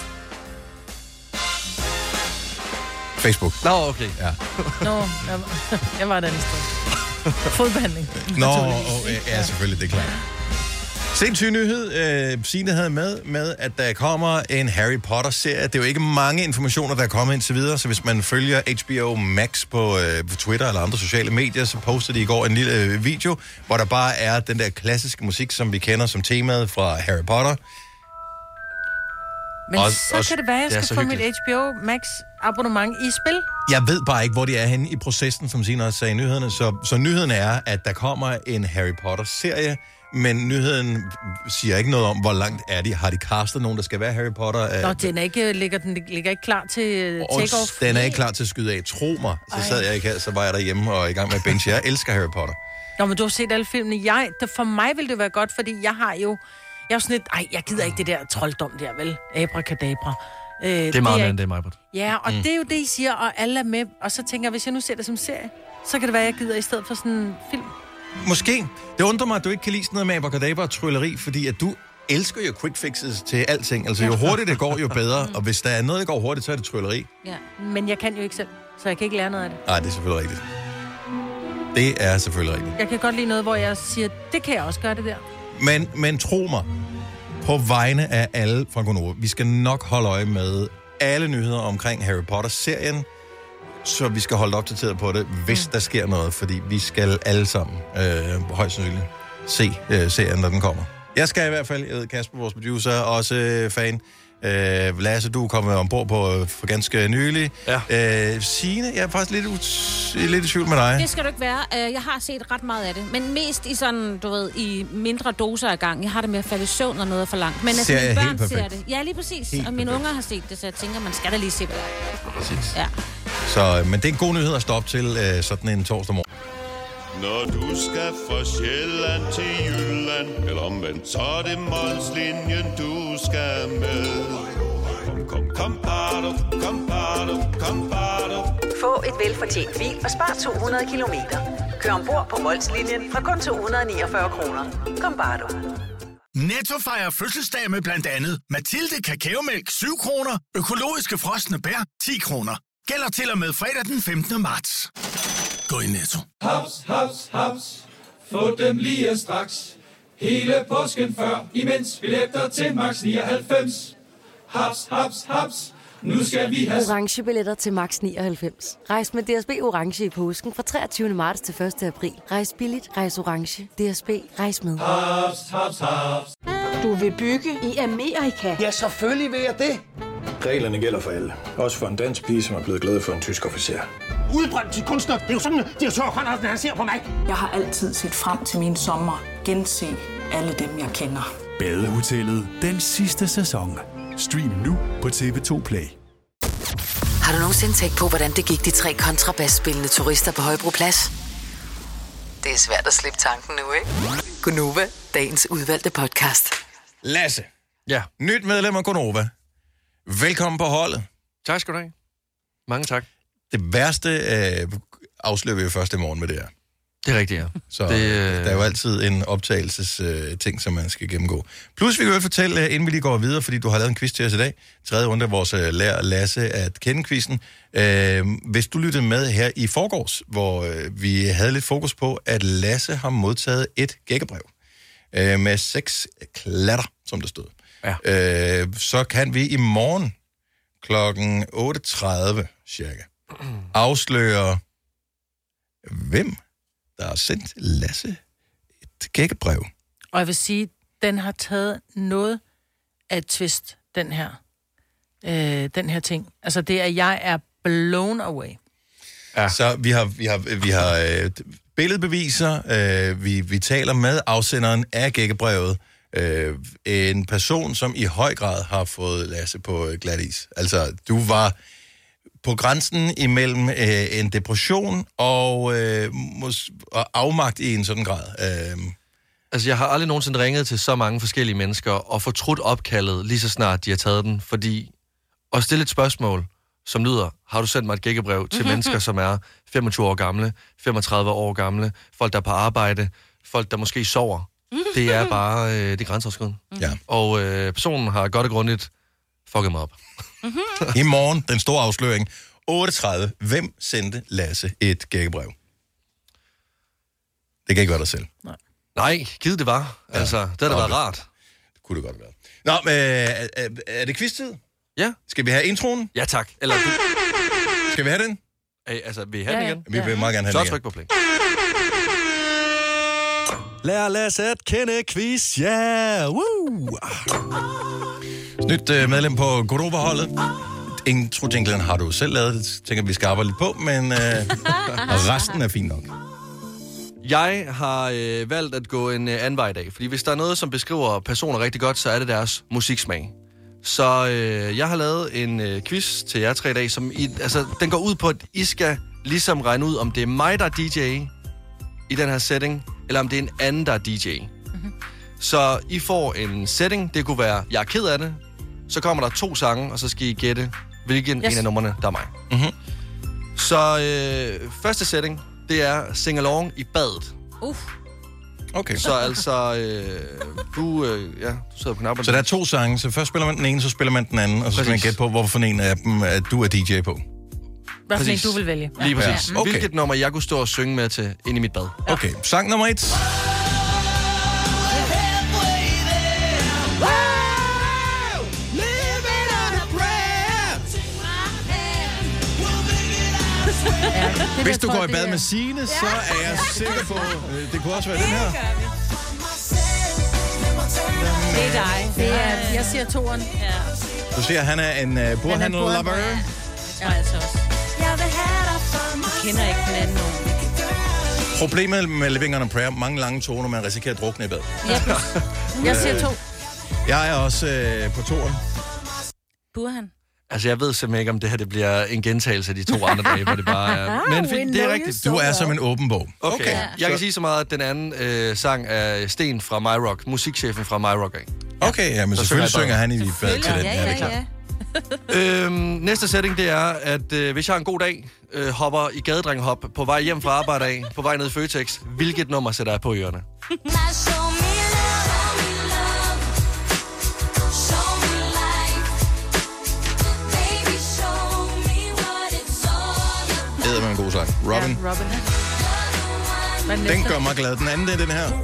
A: Facebook.
C: Nå, okay.
A: Ja.
B: Nå, jeg var der i stedet. Fodbehandling.
A: Nå, ja, selvfølgelig, det er klart. Sindssyg nyhed, Signe havde med, at der kommer en Harry Potter-serie. Det er jo ikke mange informationer, der er kommet indtil videre, så hvis man følger HBO Max på Twitter eller andre sociale medier, så postede de i går en lille video, hvor der bare er den der klassiske musik, som vi kender som temaet fra Harry Potter.
B: Men så kan det være, at jeg skal få mit HBO Max abonnement i spil.
A: Jeg ved bare ikke, hvor de er henne i processen, som Signe også sagde i nyhederne. Så nyheden er, at der kommer en Harry Potter-serie, men nyheden siger ikke noget om, hvor langt er de. Har de castet nogen, der skal være Harry Potter?
B: Nå, den ligger ikke klar til take-off.
A: Den er ikke klar til at skyde af. Tro mig. Så sad jeg ikke, så var jeg derhjemme og i gang med at binge. Jeg elsker Harry Potter.
B: Nå, men du har set alle filmene. For mig vil det være godt, fordi jeg er sådan lidt, jeg gider ikke det der trolddom der, vel? Abracadabra.
C: Det er meget mere end det, Majbert.
B: Ja, og det er jo det, I siger, og alle er med. Og så tænker jeg, hvis jeg nu ser det som serie, så kan det være, jeg gider i stedet for sådan en film.
A: Måske. Det undrer mig, at du ikke kan lide sådan noget med abracadabra og trylleri, fordi at du elsker jo quick fixes til alting. Altså, jo hurtigt det går, jo bedre. Og hvis der er noget, der går hurtigt, så er det trylleri.
B: Ja, men jeg kan jo ikke selv, så jeg kan ikke lære noget af det.
A: Nej, det er selvfølgelig rigtigt. Det er selvfølgelig rigtigt.
B: Jeg kan godt lide noget, hvor jeg siger, det kan jeg også gøre det der.
A: Men tro mig, på vegne af alle fra Gonova, vi skal nok holde øje med alle nyheder omkring Harry Potter-serien, så vi skal holde opdateret på det, hvis der sker noget, fordi vi skal alle sammen højst sandsynligt se serien, når den kommer. Jeg skal i hvert fald, jeg ved, Kasper, vores producer, er også fan. Lasse, du er kommet ombord på for ganske nylig. Ja. Signe, jeg er faktisk lidt i tvivl med dig.
D: Det skal du ikke være. Jeg har set ret meget af det, men mest i sådan, du ved, i mindre doser ad gang. Jeg har det med at falde i søvn og noget er for langt. Men altså, mine børn ser det. Ja, lige præcis. Helt og mine unger har set det, så jeg tænker, man skal da lige se, hvad det er.
A: Præcis.
D: Ja.
A: Så, men det er en god nyhed at stå op til sådan en torsdag morgen.
Q: Når du skal fra Sjælland til Jylland, eller omvendt, så er det Molslinjen, du skal med. Kom, bado, kom, bado.
E: Få et velfortjent bil og spar 200 kilometer. Kør ombord på Molslinjen fra kun 249 kroner. Kom, bado.
L: Netto fejrer fødselsdag med blandt andet Mathilde Kakaomælk 7 kroner, økologiske frosne bær 10 kroner. Gælder til og med fredag den 15. marts. Gå i Netto.
I: Haps, haps, haps. Få dem lige straks. Hele påsken før, imens billetter til max 99. Haps, haps, haps. Nu skal vi have
J: orange billetter til max 99. Rejs med DSB orange i påsken fra 23. marts til 1. april. Rejs billigt, rejs orange. DSB, rejs med.
I: haps, haps, haps.
R: Du vil bygge i Amerika?
L: Ja, selvfølgelig vil jeg det.
M: Reglerne gælder for alle. Også for en dansk pige, som er blevet glad for en tysk officer.
L: Udbrændt til kunstner. Det er jo sådan, at direktør Conradsen, han ser på mig.
K: Jeg har altid set frem til min sommer. Gense alle dem, jeg kender.
N: Badehotellet den sidste sæson. Stream nu på TV2 Play.
E: Har du nogensinde tænkt på, hvordan det gik de 3 kontrabasspillende turister på Højbroplads? Det er svært at slippe tanken nu, ikke? Gonova, dagens udvalgte podcast.
A: Lasse.
C: Ja.
A: Nyt medlem af Gonova. Velkommen på holdet.
C: Tak skal du have. Mange tak.
A: Det værste afslører vi jo først i morgen med det her.
C: Det er rigtigt, ja.
A: Så der er jo altid en optagelses-ting, som man skal gennemgå. Plus vi kan jo fortælle, inden vi lige går videre, fordi du har lavet en quiz til os i dag. 3. runde af vores Lær Lasse at kende-quizzen. Hvis du lyttede med her i forgårs, hvor vi havde lidt fokus på, at Lasse har modtaget et gækkebrev med 6 klatter, som der stod. Ja. Så kan vi i morgen klokken 8:30 cirka afsløre, hvem der har sendt Lasse et gækkebrev.
B: Og jeg vil sige, den har taget noget af et twist, den her ting. Altså det er, jeg er blown away.
A: Ja. Så vi har billedbeviser, vi taler med afsenderen af gækkebrevet, en person, som i høj grad har fået Lasse på glat is. Altså, du var på grænsen imellem en depression og afmagt i en sådan grad.
C: Altså, jeg har aldrig nogensinde ringet til så mange forskellige mennesker og fortrudt opkaldet, lige så snart de har taget den, fordi at stille et spørgsmål, som lyder, har du sendt mig et gækkebrev til mennesker, som er 25 år gamle, 35 år gamle, folk, der er på arbejde, folk, der måske sover. Det er bare det grænseoverskridende.
A: Ja.
C: Og personen har godt og grundigt fucket mig op.
A: I morgen, den store afsløring, 8:30. Hvem sendte Lasse et gækkebrev? Det kan ikke være dig selv.
C: Nej, givet det var. Ja. Altså, det havde da været rart.
A: Det kunne det godt være. Nå, men er det quiz-tid?
C: Ja.
A: Skal vi have introen?
C: Ja, tak. Eller
A: skal vi have den?
C: Altså, vil I have den igen?
A: Vi vil meget gerne have den igen.
C: Så tryk på play. Lær Lasse at kende quiz, ja! Woo!
A: Nyt medlem på Gonova-holdet. Intro-jinglen har du selv lavet. Det tænker vi skal arbejde lidt på, men resten er fint nok.
C: Jeg har valgt at gå en anden vej i dag, fordi hvis der er noget, som beskriver personer rigtig godt, så er det deres musiksmag. Så jeg har lavet en quiz til jer 3 dage, som den går ud på, at I skal ligesom regne ud, om det er mig, der er DJ i den her setting, eller om det er en anden, der er DJ. Mm-hmm. Så I får en setting, det kunne være, jeg er ked af det, så kommer der 2 sange, og så skal I gætte, hvilken en af numrene, der er mig. Mm-hmm. Så første setting, det er Sing Along i badet.
A: Okay.
C: Så altså, du sidder på knappen.
A: Så der er 2 sange, så først spiller man den ene, så spiller man den anden, og så skal man gætte på, hvorfor en af dem, at du er DJ på.
B: Hvad for en du vil vælge.
C: Lige præcis.
A: Okay.
C: Hvilket nummer, jeg kunne stå og synge med til ind i mit bad.
A: Okay, sang nummer 1. Hvis du går i bad med Signe, så er jeg sikker på, det kunne også være den her.
D: Det er dig.
B: Det er, jeg siger 2'eren.
D: Ja.
A: Du siger, han er en burhandel-lover.
D: Ja, altså også. Du kender ikke den anden nogen.
A: Problemet med Living on a Prayer, mange lange toner, man risikerer at drukne i bad.
B: Ja, jeg siger 2.
A: Jeg er også på 2'eren.
D: Burhan.
C: Altså, jeg ved simpelthen ikke, om det her det bliver en gentagelse af de 2 andre dage, hvor det bare er... Men fint, det er rigtigt.
A: Du er som en åben bog.
C: Okay. Jeg kan sige så meget, at den anden sang er Sten fra My Rock, musikchefen fra My Rock.
A: Okay, ja, men selvfølgelig synger han i bad til den.
D: Ja, det er klart.
C: Næste setting, det er, at hvis jeg har en god dag, hopper i gadedrenghop på vej hjem fra arbejde af, på vej ned i Føtex, hvilket nummer sætter jeg på ørerne?
A: Det er en god sang. Robin.
B: Ja, Robin.
A: Den gør mig glad. Den anden, det er den her.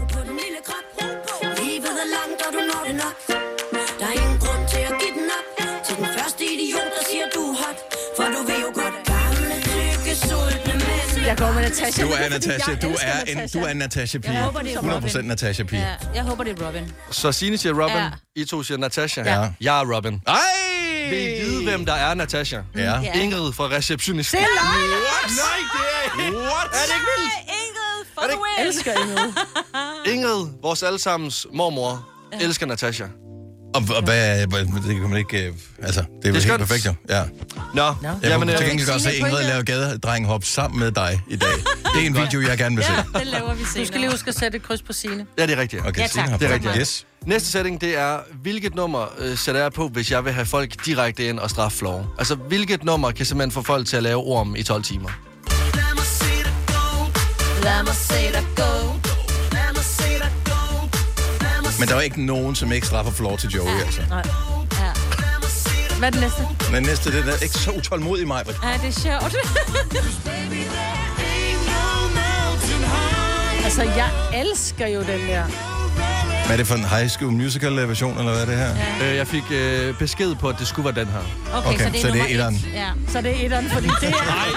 S: Der er ingen grund til at give den op til den første idiot, der siger, du er hot. For du ved jo godt, at gamle, tykke, sultne mænd.
B: Jeg går med Natasha.
A: Du er Natasha. Du er en Natasha-pige. 100% Natasha-pige.
D: Ja, jeg håber, det er Robin.
C: Så Signe siger Robin,
D: Ja.
C: I 2 siger Natasha.
A: Ja.
C: Jeg er Robin.
A: Ej!
C: Vil I vide, hvem der er Natasha?
A: Ja.
C: Ingrid fra receptionisten.
B: Det er løgn!
C: Nej, det er ikke.
A: What?
C: Er det ikke vildt?
D: Ingrid, for
C: Er det
D: du
B: Jeg elsker Ingrid.
C: Ingrid, vores allesammens mormor, elsker Natasha.
A: Og hvad, det kan man ikke... Altså, det er vel helt
C: skønt.
A: perfekt, jo. Ja.
C: Nå,
A: Jeg
C: jamen...
A: kunne til gengæld godt se Ingrid lave gadedrenghop sammen med dig i dag. Det er en video, jeg gerne vil se.
D: Den laver vi senere.
B: Du skal lige huske at sætte et kryds på Signe.
C: Ja, det er rigtigt.
A: Okay,
D: Ja,
A: Signe
D: tak.
A: har
C: Det er
A: fået
C: rigtigt.
A: den. Yes.
C: Næste setting, det er, hvilket nummer sætter jeg på, hvis jeg vil have folk direkte ind og straffe floor? Altså, hvilket nummer kan simpelthen få folk til at lave orm i 12 timer?
D: Lad mig se dig gå.
A: Men der er ikke nogen, som ikke straffer floor til Joey, altså.
B: Nej.
D: Ja.
B: Hvad er det næste?
A: Men næste, det er ikke så utålmodig mig.
D: Ja, det er sjovt.
B: Altså, jeg elsker jo den der.
A: Hvad er det for en High School Musical version, eller hvad er det her?
C: Ja. Jeg fik besked på, at det skulle være den her.
A: Okay, så det er etteren.
D: Ja.
B: Så det er etteren, fordi det er...
C: Nej.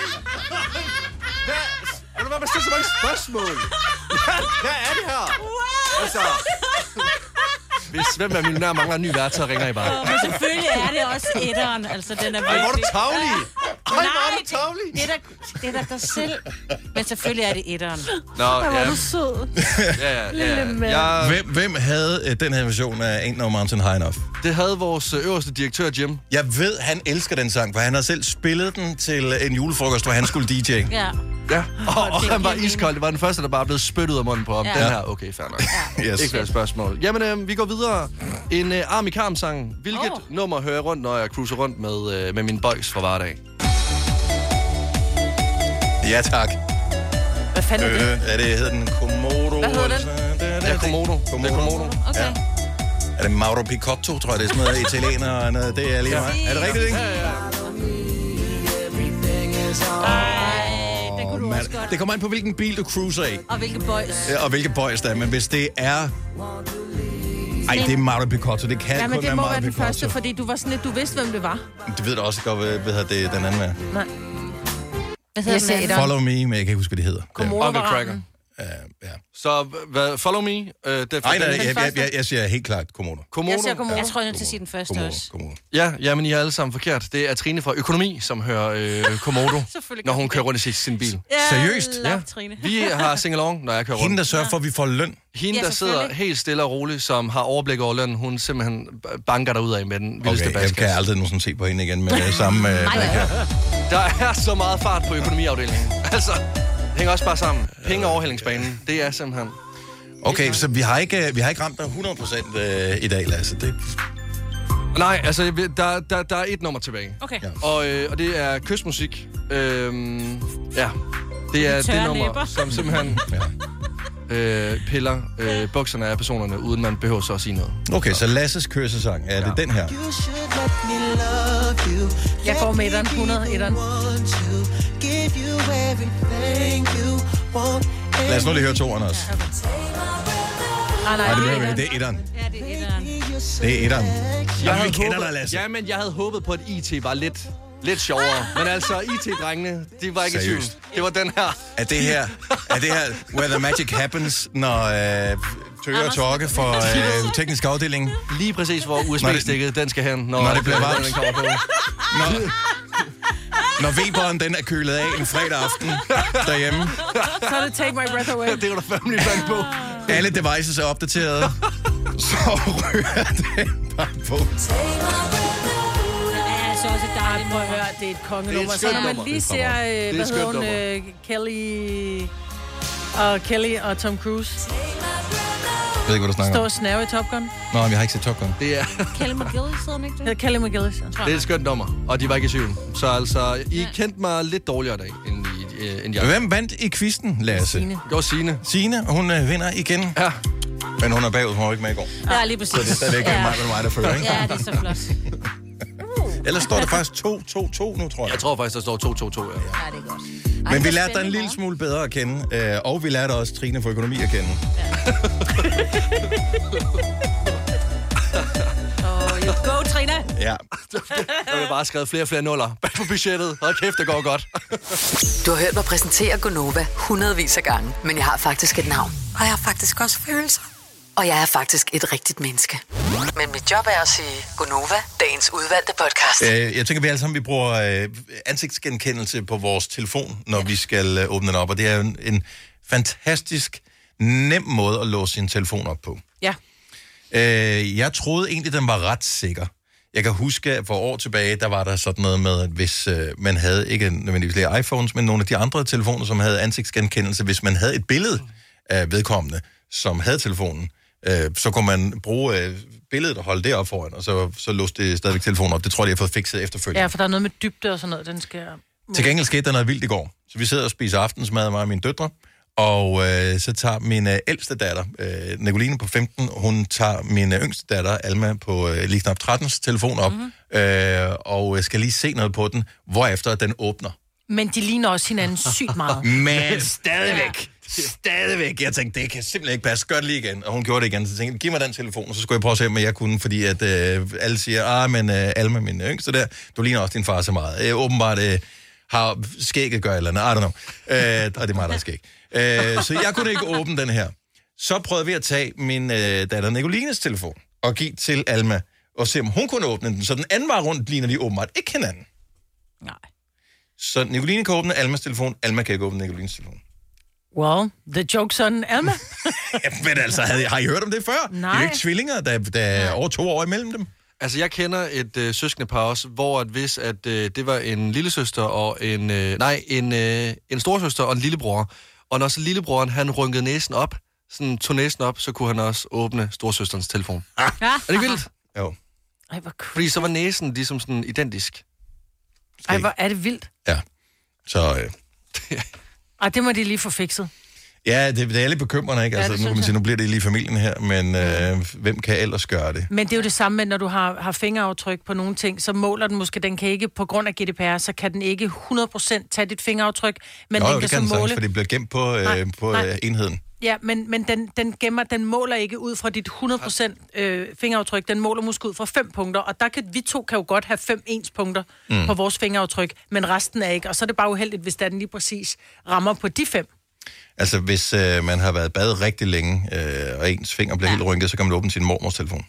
C: Er du bare stille så mange spørgsmål? Hvad er det her? Altså, hvis hvem er millionær mangler en ny vært, så ringer I bare.
D: Men selvfølgelig er det også etteren. Altså, den er
C: Ej, hvor er du tavlig! Ej, hvor er du tavlig!
D: det er da dig selv. Men selvfølgelig er det etteren.
C: Nå,
B: Hvor
C: ja.
B: er du sød. Lille mand.
A: Hvem havde den her version af Ain't No Mountain High Enough?
C: Det havde vores øverste direktør, Jim.
A: Jeg ved, han elsker den sang, for han har selv spillet den til en julefrokost, hvor han skulle DJ.
D: Ja.
C: Ja, og han var iskold. Det var den første, der bare blev spyttet ud af munden på ham.
D: Ja.
C: Den her, okay, fair nok.
A: Yes.
C: Ikke flere spørgsmål. Jamen, vi går videre. En Army Karm-sang. Hvilket nummer hører jeg rundt, når jeg cruiser rundt med mine boys fra hverdag?
A: Ja, tak.
B: Hvad fanden er det?
A: Er det, hedder den Komodo?
B: Hvad hedder den?
C: Ja, Komodo.
A: Komodo.
C: Det er Komodo.
D: Okay.
A: Ja. Er det Mauro Picotto, tror jeg, det er sådan noget italiener og noget. Det er lige meget. Er det rigtigt, ikke?
C: Ja.
D: Ej, den kunne du også godt.
A: Det kommer an på, hvilken bil du cruiser i.
D: Og hvilke boys.
A: Ja, og hvilke boys der er. Men hvis det er... Ej, det er Mauro Picotto. Det kan
B: Ja, men
A: kun
B: det
A: være
B: må
A: Mauro
B: være den
A: Picotto.
B: første, fordi du var sådan lidt, du vidste, hvem det var.
A: Det ved du også godt, hvad det den anden er.
B: Nej.
D: Hvad hedder den?
A: Follow Me, men jeg kan ikke huske, hvad det hedder.
B: Komodo-varanen.
C: Så follow me.
A: Jeg siger helt klart Komodo.
D: Jeg siger Komodo. Jeg tror, jeg er til at sige den første også.
C: Ja, men I er alle sammen forkert. Det er Trine fra Økonomi, som hører Komodo, når hun kører rundt i sin bil.
A: Seriøst?
C: Ja. Vi har sing-along, når jeg kører rundt.
A: Hende, der sørger for, at vi får løn.
C: Hende, der sidder helt stille og roligt, som har overblik over løn, hun simpelthen banker derud af med den vildeste
A: baskasse. Jeg kan aldrig nogensinde se på hende igen med samme
C: Der er så meget fart på økonomiafdelingen. Altså, det hænger også bare sammen. Penge og overhældingsbanen, det er simpelthen...
A: Okay, så vi har ikke ramt dig 100% i dag, Lasse. Det...
C: Nej, altså, der er et nummer tilbage.
D: Okay.
C: Og det er kystmusik. Ja, det er det nummer, som simpelthen... piller bukserne af personerne, uden man behøver så at sige noget.
A: Okay, så Lasses kørsesang, er det den her?
B: Jeg går med etteren, 101'eren.
A: Lad os nu lige høre toeren også.
B: Nej,
A: det er etteren.
D: Ja, det er etteren.
A: Det er etteren. Vi kender dig, Lasse.
C: Ja, men jeg havde håbet på, at IT var lidt sjovere. Men altså, IT-drengene, de var ikke i tvivl. Det var den her.
A: Er det her Where the Magic Happens, når Tøger og Torke for teknisk afdeling?
C: Lige præcis, hvor USB-stikket, den skal hen, når
A: det bliver varmt.
C: Den kommer på.
A: Når Weberen, den er kølet af en fredag aften derhjemme.
B: Så er det Take My Breath Away.
C: Det var der fandme lige fandt på.
A: Alle devices er opdateret. Så rører den bare på.
B: Så også et dejligt, prøv at høre, det er et kongenummer. Så når man lige ser, hvad hedder hun, Kelly og Tom Cruise.
A: Jeg ved ikke, hvad du snakker
B: Stå
A: om.
B: og snæve i Top Gun.
A: Nå, vi har ikke set Top Gun.
C: Det er...
D: Kelly McGillis, hedder hun ikke det?
B: Kelly McGillis, jeg tror.
C: Det er et skønt nummer, og de var ikke i tvivl. Så altså, I kendte mig lidt dårligere i dag, end jeg.
A: Hvem vandt i quizzen, Lasse?
B: Signe.
C: Det var Signe.
A: Signe, hun vinder igen.
C: Ja.
A: Men hun er bagud, hun var ikke med i går.
D: Ja, lige præcis.
A: Så det er stadigvæk mig, der fører, ikke?
D: Ja, det er så flot.
A: Ellers står det faktisk 2-2-2 nu, tror jeg.
C: Jeg tror faktisk, der står 2-2-2, ja.
D: Ja, det er godt.
A: Men vi lærte dig en lille smule bedre at kende, og vi lærte også Trine for økonomi at kende.
D: You go, Trine!
A: Ja.
C: Der er bare skrevet flere og flere nuller bag på budgettet. Hold kæft, det går godt.
E: Du har hørt mig præsentere Gonova hundredvis af gange, men jeg har faktisk et navn. Og jeg har faktisk også følelser. Og jeg er faktisk et rigtigt menneske. Men mit job er at sige Gonova, dagens udvalgte podcast.
A: Jeg tænker, vi alle sammen vi bruger ansigtsgenkendelse på vores telefon, når vi skal åbne den op. Og det er jo en fantastisk nem måde at låse sin telefon op på.
B: Ja.
A: Jeg troede egentlig, den var ret sikker. Jeg kan huske, at for år tilbage, der var der sådan noget med, at hvis man havde ikke nødvendigvis flere iPhones, men nogle af de andre telefoner, som havde ansigtsgenkendelse, hvis man havde et billede af vedkommende, som havde telefonen, så kunne man bruge billedet og holde det op foran, og så låste det stadigvæk telefonen op. Det tror jeg, de har fået fikset efterfølgende.
B: Ja, for der er noget med dybde og sådan noget, den skal...
A: Til gengæld skete der noget vildt i går. Så vi sidder og spiser aftensmad, mig og mine døtre, og så tager min ældste datter, Nicoline på 15, hun tager min yngste datter, Alma, på lige knap 13's telefon op, og skal lige se noget på den, hvorefter den åbner.
B: Men de ligner også hinanden sygt meget.
A: Men stadigvæk. Stadigvæk. Jeg tænkte, det kan simpelthen ikke passe. Gør det lige igen. Og hun gjorde det igen. Så tænkte jeg, giv mig den telefon, og så skulle jeg prøve at se, om jeg kunne, fordi at alle siger, men Alma, min yngste der, du ligner også din far så meget. Åbenbart har skægget gør eller andet. I don't know. Og det er mig, der er skæg. Så jeg kunne ikke åbne den her. Så prøvede vi at tage min datter Nicolines telefon og give til Alma, og se, om hun kunne åbne den. Så den anden var rundt, ligner de åbenbart ikke hinanden.
D: Nej.
A: Så Nicoline kan åbne Almas telefon, Alma kan ikke åbne Nicolines telefon.
B: Well, the joke's on Alma.
A: Men altså, har I hørt om det før?
B: Nej.
A: Det er jo ikke tvillinger, der er over 2 år imellem dem.
C: Altså, jeg kender et søskendepar også, hvor at hvis at det var en lillesøster og en storesøster og en lillebror, og når så lillebroren, han rynkede næsen op, sådan tog næsen op, så kunne han også åbne storesøsterens telefon.
D: Ja.
C: Er det vildt?
A: Jo.
B: Ej, hvor cool.
C: Fordi så var næsen ligesom sådan identisk.
B: Ej, hvor er det vildt.
A: Ja, så...
B: Ej, det må de lige få fikset.
A: Ja, det er lidt bekymrende, ikke? Altså, nu kan man sige, nu bliver det lige familien her, men hvem kan ellers gøre det?
B: Men det er jo det samme med, når du har fingeraftryk på nogle ting, så måler den måske, den kan ikke, på grund af GDPR, så kan den ikke 100% tage dit fingeraftryk, men den kan så måle...
A: for det bliver gemt på, enheden.
B: Ja, men den måler ikke ud fra dit 100% fingeraftryk, den måler måske ud fra 5 punkter, og der kan vi to jo godt have 5 ens-punkter på vores fingeraftryk, men resten er ikke, og så er det bare uheldigt, hvis den lige præcis rammer på de 5.
A: Altså, hvis man har været badet rigtig længe, og ens finger bliver helt rynket, så kan man åbne sin mormors telefon.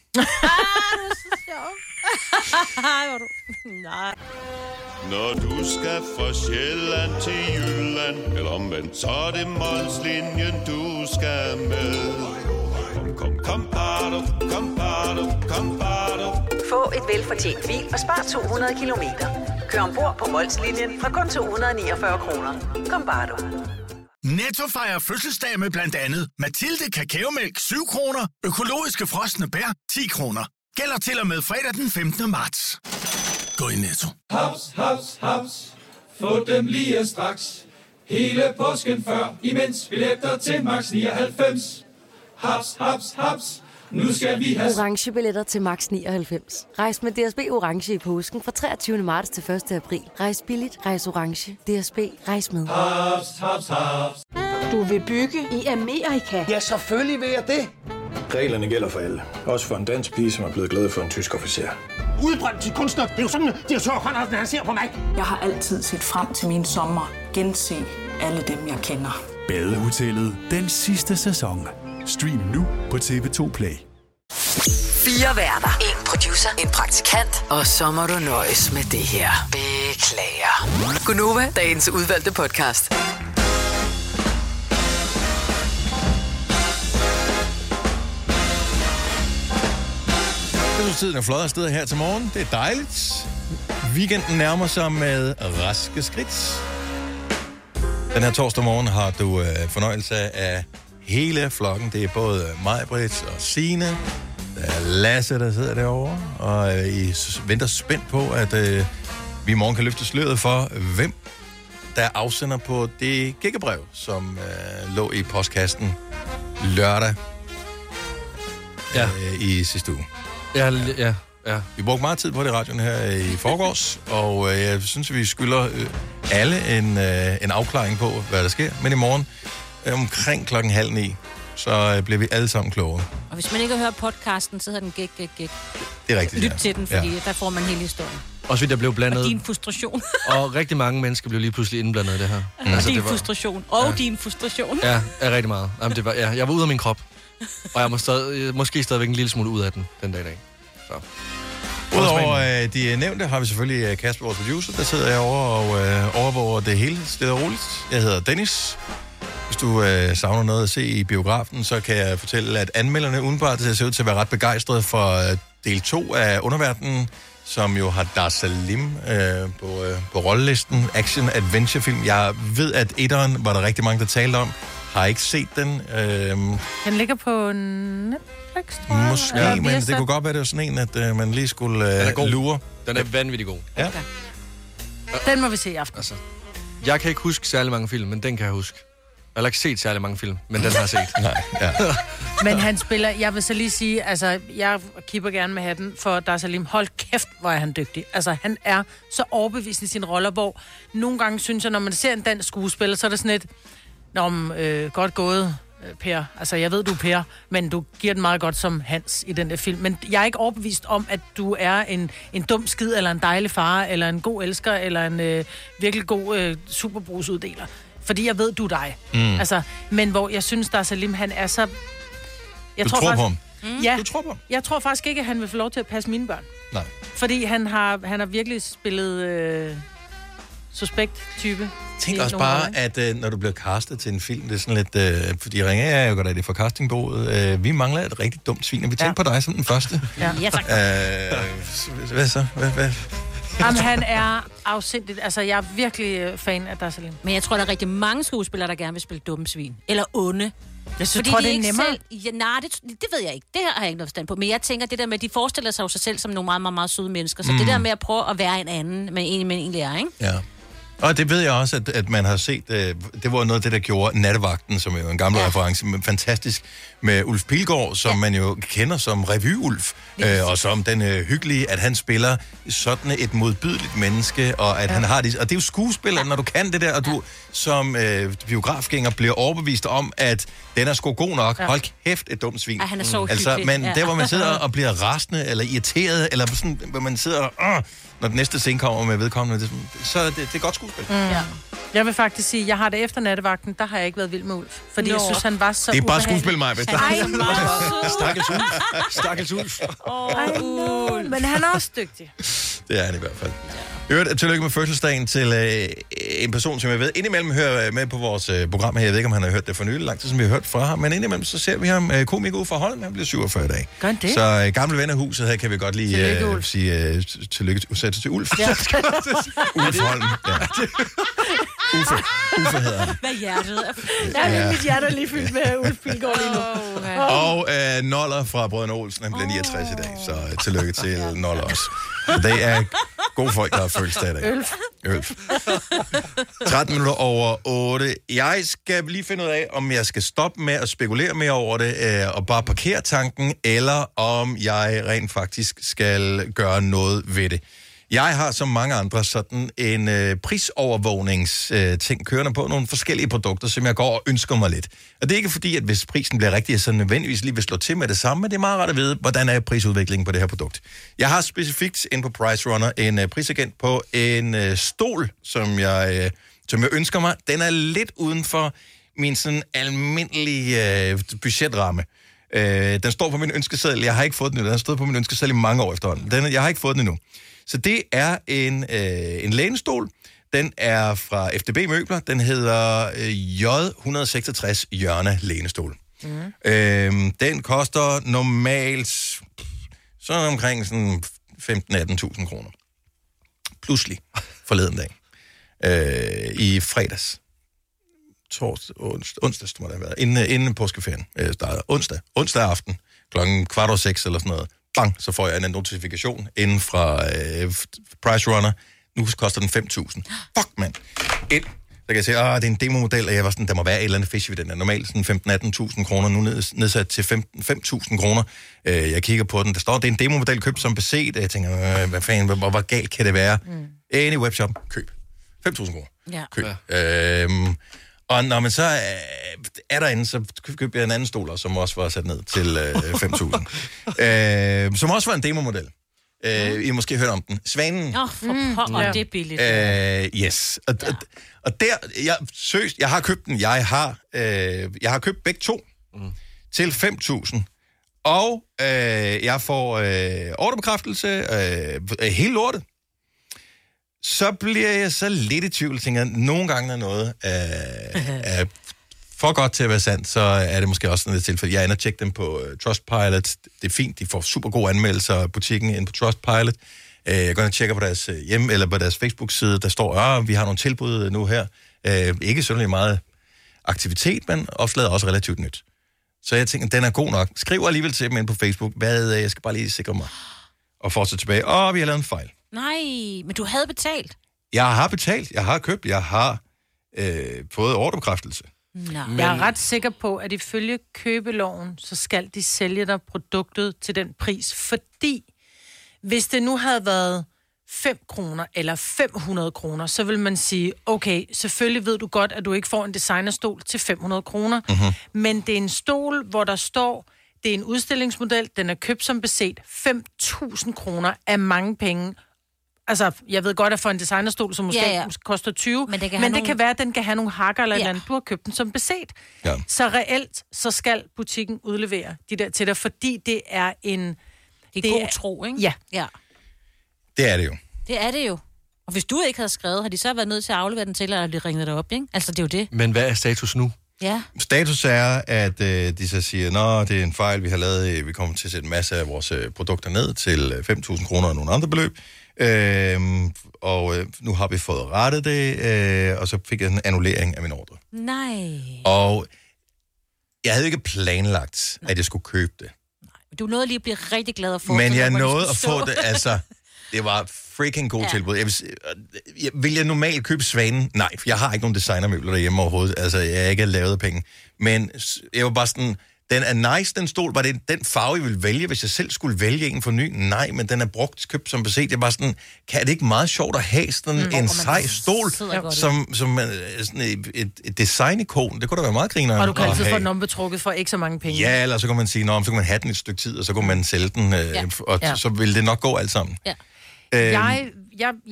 D: Nej.
Q: Når du skal fra Sjælland til Jylland, eller omvendt, så er det Molslinjen, du skal med. Kom, bado, kom, bado, kom, bado.
E: Få et velfortjent bil og spar 200 kilometer. Kør ombord på Molslinjen fra kun 249 kroner. Kom, bare du.
L: Netto fejrer fødselsdag med blandt andet Mathilde Kakaomælk 7 kroner, økologiske frosne bær 10 kroner. Gælder til og med fredag den 15. marts. Gå i Netto.
I: Haps, haps, haps. Få dem lige straks. Hele påsken før, imens billetter til max 99. Haps, haps, haps. Nu skal vi have
J: orange billetter til max 99. Rejs med DSB orange i påsken fra 23. marts til 1. april. Rejs billigt, rejs orange. DSB, rejs med.
I: haps, haps, haps.
R: Du vil bygge i Amerika?
M: Ja, selvfølgelig vil jeg det. Reglerne gælder for alle. Også for en dansk pige, som er blevet glad for en tysk officer.
L: Udbrændt til kunstner. Det er jo sådan, at direktør Conradsen, han ser på mig. Jeg har altid set frem til min sommer. Gense alle dem, jeg kender.
N: Badehotellet den sidste sæson. Stream nu på TV2 Play.
E: 4 værter. 1 producer. En praktikant. Og så må du nøjes med det her. Beklager. Gunova, dagens udvalgte podcast.
A: Jeg synes, tiden er flot afsted her til morgen. Det er dejligt. Weekenden nærmer sig med raske skridt. Den her torsdag morgen har du fornøjelse af hele flokken. Det er både mig, Britt og Signe. Der er Lasse, der sidder derovre. Og I venter spændt på, at vi i morgen kan løfte sløret for, hvem der afsender på det gækkebrev, som lå i postkassen lørdag i sidste uge.
C: Ja.
A: Vi brugte meget tid på det i radioen her i forgårs, og jeg synes, vi skylder alle en afklaring på, hvad der sker. Men i morgen omkring 8:30, så bliver vi alle sammen klogere.
D: Og hvis man ikke har hørt podcasten, så hedder den Gæk.
A: Det er rigtigt,
D: Lyt til den, fordi der får man hele historien.
C: Også fordi der blev blandet.
D: Og din frustration.
C: Og rigtig mange mennesker blev lige pludselig indblandet i det her.
D: Og din frustration. Og din frustration.
C: Ja, rigtig meget. Jamen, jeg var ude af min krop. Og jeg må måske stadigvæk en lille smule ud af den dag i dag. Så.
A: Udover de nævnte, har vi selvfølgelig Kasper, vores producer, der sidder herovre og overvåger det hele stille og roligt. Jeg hedder Dennis. Hvis du savner noget at se i biografen, så kan jeg fortælle, at anmelderne udenbart ser ud til at være ret begejstrede for del 2 af Underverdenen, som jo har Dar Salim på rollelisten. Action-adventure-film. Jeg ved, at etteren var der rigtig mange, der talte om. Har ikke set den.
B: Den ligger på Netflix, tror jeg.
A: Måske, men det kunne godt være, det var sådan en, at man lige skulle lure.
C: Den er vanvittig god.
A: Ja.
B: Okay. Den må vi se i aften.
C: Altså, jeg kan ikke huske særlig mange film, men den kan jeg huske. Jeg har ikke set særlig mange film, men den har jeg set.
A: Nej, ja.
B: Men han spiller, jeg vil så lige sige, altså, jeg kipper gerne med hatten for Dar Salim. Hold kæft, hvor er han dygtig. Altså, han er så overbevisende i sine roller, hvor nogle gange synes jeg, når man ser en dansk skuespiller, så er det sådan et, godt gået, Per. Altså, jeg ved, du er Per, men du giver den meget godt som Hans i den der film. Men jeg er ikke overbevist om, at du er en dum skid, eller en dejlig far, eller en god elsker, eller en virkelig god superbrugsuddeler. Fordi jeg ved, du er dig. Altså, men hvor jeg synes, Dar Salim, han er så...
A: Du tror på ham?
B: Ja.
A: Du tror på ham?
B: Jeg tror faktisk ikke, at han vil få lov til at passe mine børn.
A: Nej.
B: Fordi han har virkelig spillet suspekt type.
A: Tænk også bare, at når du bliver castet til en film, det er sådan lidt... fordi ringer jeg jo godt af det fra castingbordet. Vi mangler et rigtig dumt svin, og vi tænker på dig som den første.
D: Ja, tak.
A: Hvad så? Hvad?
B: Jamen, han er afsindigt. Altså, jeg er virkelig fan af Dar Salim.
D: Men jeg tror, der er rigtig mange skuespillere, der gerne vil spille dumme svin. Eller onde.
B: Jeg tror, det er nemmere.
D: Det ved jeg ikke. Det har jeg ikke noget forstand på. Men jeg tænker, det der med, at de forestiller sig jo sig selv som nogle meget, meget, meget søde mennesker. Så det der med at prøve at være en anden, men egentlig er, ikke?
A: Ja. Og det ved jeg også, at man har set, det var noget af det, der gjorde Nattevagten, som er jo en gammel reference, men fantastisk, med Ulf Pilgaard, som man jo kender som Revy-Ulf, og som den hyggelige, at han spiller sådan et modbydeligt menneske, og at han har det, og det er jo skuespiller, når du kan det der, og du som biografgænger bliver overbevist om, at den er sgu god nok. Hold kæft, et dumt svin.
D: Han er så
A: altså, men der, hvor man sidder og bliver rasende, eller irriteret, eller sådan, hvor man sidder og... når den næste scene kommer med vedkommende, så det er godt skuespil. skuespil.
B: Ja. Jeg vil faktisk sige, jeg har det efter nattevagten, der har jeg ikke været vild med Ulf. Fordi jeg synes, han var så
A: Det er bare
B: ubehagelig.
A: skuespil, Maja.
C: Stakkels Ulf. Stakkels Ulf.
B: Men han er også dygtig.
A: Det er han i hvert fald. Øvrigt, tillykke med fødselsdagen til en person, som jeg ved indimellem hører med på vores program her. Jeg ved ikke, om han har hørt det for nylig, lang tid, som vi har hørt fra ham. Men indimellem så ser vi ham, komiker ud fra Holm. Han bliver 47 i dag.
B: Gør han det?
A: Så gamle ven af huset her kan vi godt lige sige tillykke til Ulf. Ja. Ulf Holm. Ja. Uffe hedder han.
D: Hvad hjertet er.
B: Ja, mit hjerte er lige fyldt med Ulf Pilgaard lige nu.
A: Og Noller fra Brødrene Olsen, han bliver 69 i dag, så tillykke til Noller også. Og det er gode folk, der har fødselsdag i dag. Ølf. 13 minutter over 8. Jeg skal lige finde ud af, om jeg skal stoppe med at spekulere mere over det, og bare parkere tanken, eller om jeg rent faktisk skal gøre noget ved det. Jeg har som mange andre sådan en prisovervågningsting kørende på nogle forskellige produkter, som jeg går og ønsker mig lidt. Og det er ikke fordi, at hvis prisen bliver rigtig, så nødvendigvis lige vil slå til med det samme, men det er meget rart at vide, hvordan er prisudviklingen på det her produkt. Jeg har specifikt inde på Price Runner en prisagent på en stol, som jeg ønsker mig. Den er lidt uden for min sådan almindelige budgetramme. Den står på min ønskeseddel. Jeg har ikke fået den endnu. Den har stået på min ønskeseddel i mange år efterhånden. Jeg har ikke fået den endnu. Så det er en lænestol. Den er fra FDB Møbler. Den hedder J166 Hjørne lænestol. Den koster normalt sådan omkring sådan 15-18.000 kroner. Pludselig forleden dag. I fredags. Onsdag må det have været. Inden påskeferien starter. Onsdag aften. 5:15 eller sådan noget. Bang, så får jeg en notifikation inden fra Price Runner. Nu koster den 5.000. Fuck, mand. Der kan jeg sige, det er en demomodel, og jeg var sådan, der må være et eller andet fish ved den. Normalt sådan 15-18.000 kroner, nu nedsat til 5.000 kroner. Jeg kigger på den, der står, det er en demomodel købt som beset. Jeg tænker, hvad fanden, hvor galt kan det være? Any webshop, køb. 5.000 kroner.
D: Ja.
A: Køb. Og når man så er derinde, så købte jeg en anden stol, som også var sat ned til 5.000. Som også var en demomodel. I har måske hørt om den. Svanen.
D: For pokker, det er billigt.
A: Yes. Og der, jeg har købt den. Jeg har købt begge to til 5.000. Og jeg får ordrebekræftelse hele lortet. Så bliver jeg så lidt i tvivl, tænker jeg, nogle gange er noget er for godt til at være sandt, så er det måske også sådan et tilfælde. Jeg ender at tjekke dem på Trustpilot. Det er fint, de får super gode anmeldelser af butikken inde på Trustpilot. Jeg går ind og tjekker på deres hjem eller på deres Facebook-side, der står, vi har nogle tilbud nu her. Ikke sådan meget aktivitet, men opslaget er også relativt nyt. Så jeg tænker, den er god nok. Skriv alligevel til dem ind på Facebook, jeg skal bare lige sikre mig. Og fortsætte tilbage, vi har lavet en fejl.
D: Nej, men du havde betalt.
A: Jeg har betalt, jeg har købt, jeg har fået ordrebekræftelse.
B: Men... Jeg er ret sikker på, at ifølge købeloven, så skal de sælge dig produktet til den pris. Fordi hvis det nu havde været 5 kroner eller 500 kroner, så vil man sige, okay, selvfølgelig ved du godt, at du ikke får en designerstol til 500 kroner. Mm-hmm. Men det er en stol, hvor der står, det er en udstillingsmodel, den er købt som beset. 5.000 kroner er mange penge. Altså, jeg ved godt, at for en designerstol, som måske koster 20, men det kan være, at den kan have nogle hakker eller andet. Du har købt den som beset. Ja. Så reelt, så skal butikken udlevere de der til dig, fordi det er en...
D: Det er god tro, ikke?
B: Ja.
A: Det er det jo.
D: Det er det jo. Og hvis du ikke havde skrevet, har de så været nødt til at aflevere den til, eller har de ringet dig op, ikke? Altså, det er jo det.
C: Men hvad er status nu?
D: Ja.
A: Status er, at de så siger, det er en fejl, vi har lavet. Vi kommer til at sætte en masse af vores produkter ned til 5.000 kroner og nogle andre beløb. Og nu har vi fået rettet det, og så fik jeg en annullering af min ordre.
D: Nej.
A: Og jeg havde ikke planlagt, at jeg skulle købe det.
D: Nej. Du nåede lige at blive rigtig glad at få
A: men jeg nåede at få det, altså... Det var freaking god tilbud. Vil jeg normalt købe Svanen? Nej, for jeg har ikke nogen designermøbler derhjemme overhovedet. Altså, jeg er ikke lavet af penge. Men jeg var bare sådan, den er nice, den stol. Var det den farve, jeg ville vælge, hvis jeg selv skulle vælge en for ny? Nej, men den er brugt, købt som beset. Jeg var sådan, kan det ikke meget sjovt at have sådan en sej stol, som sådan et design-ikon? Det kunne da være meget griner.
B: Og du kan altid få den ombetrukket for ikke så mange penge.
A: Ja, eller så kan man sige, så kan man have den et stykke tid, og så kan man sælge den, og så vil det nok gå alt sammen.
B: Ja.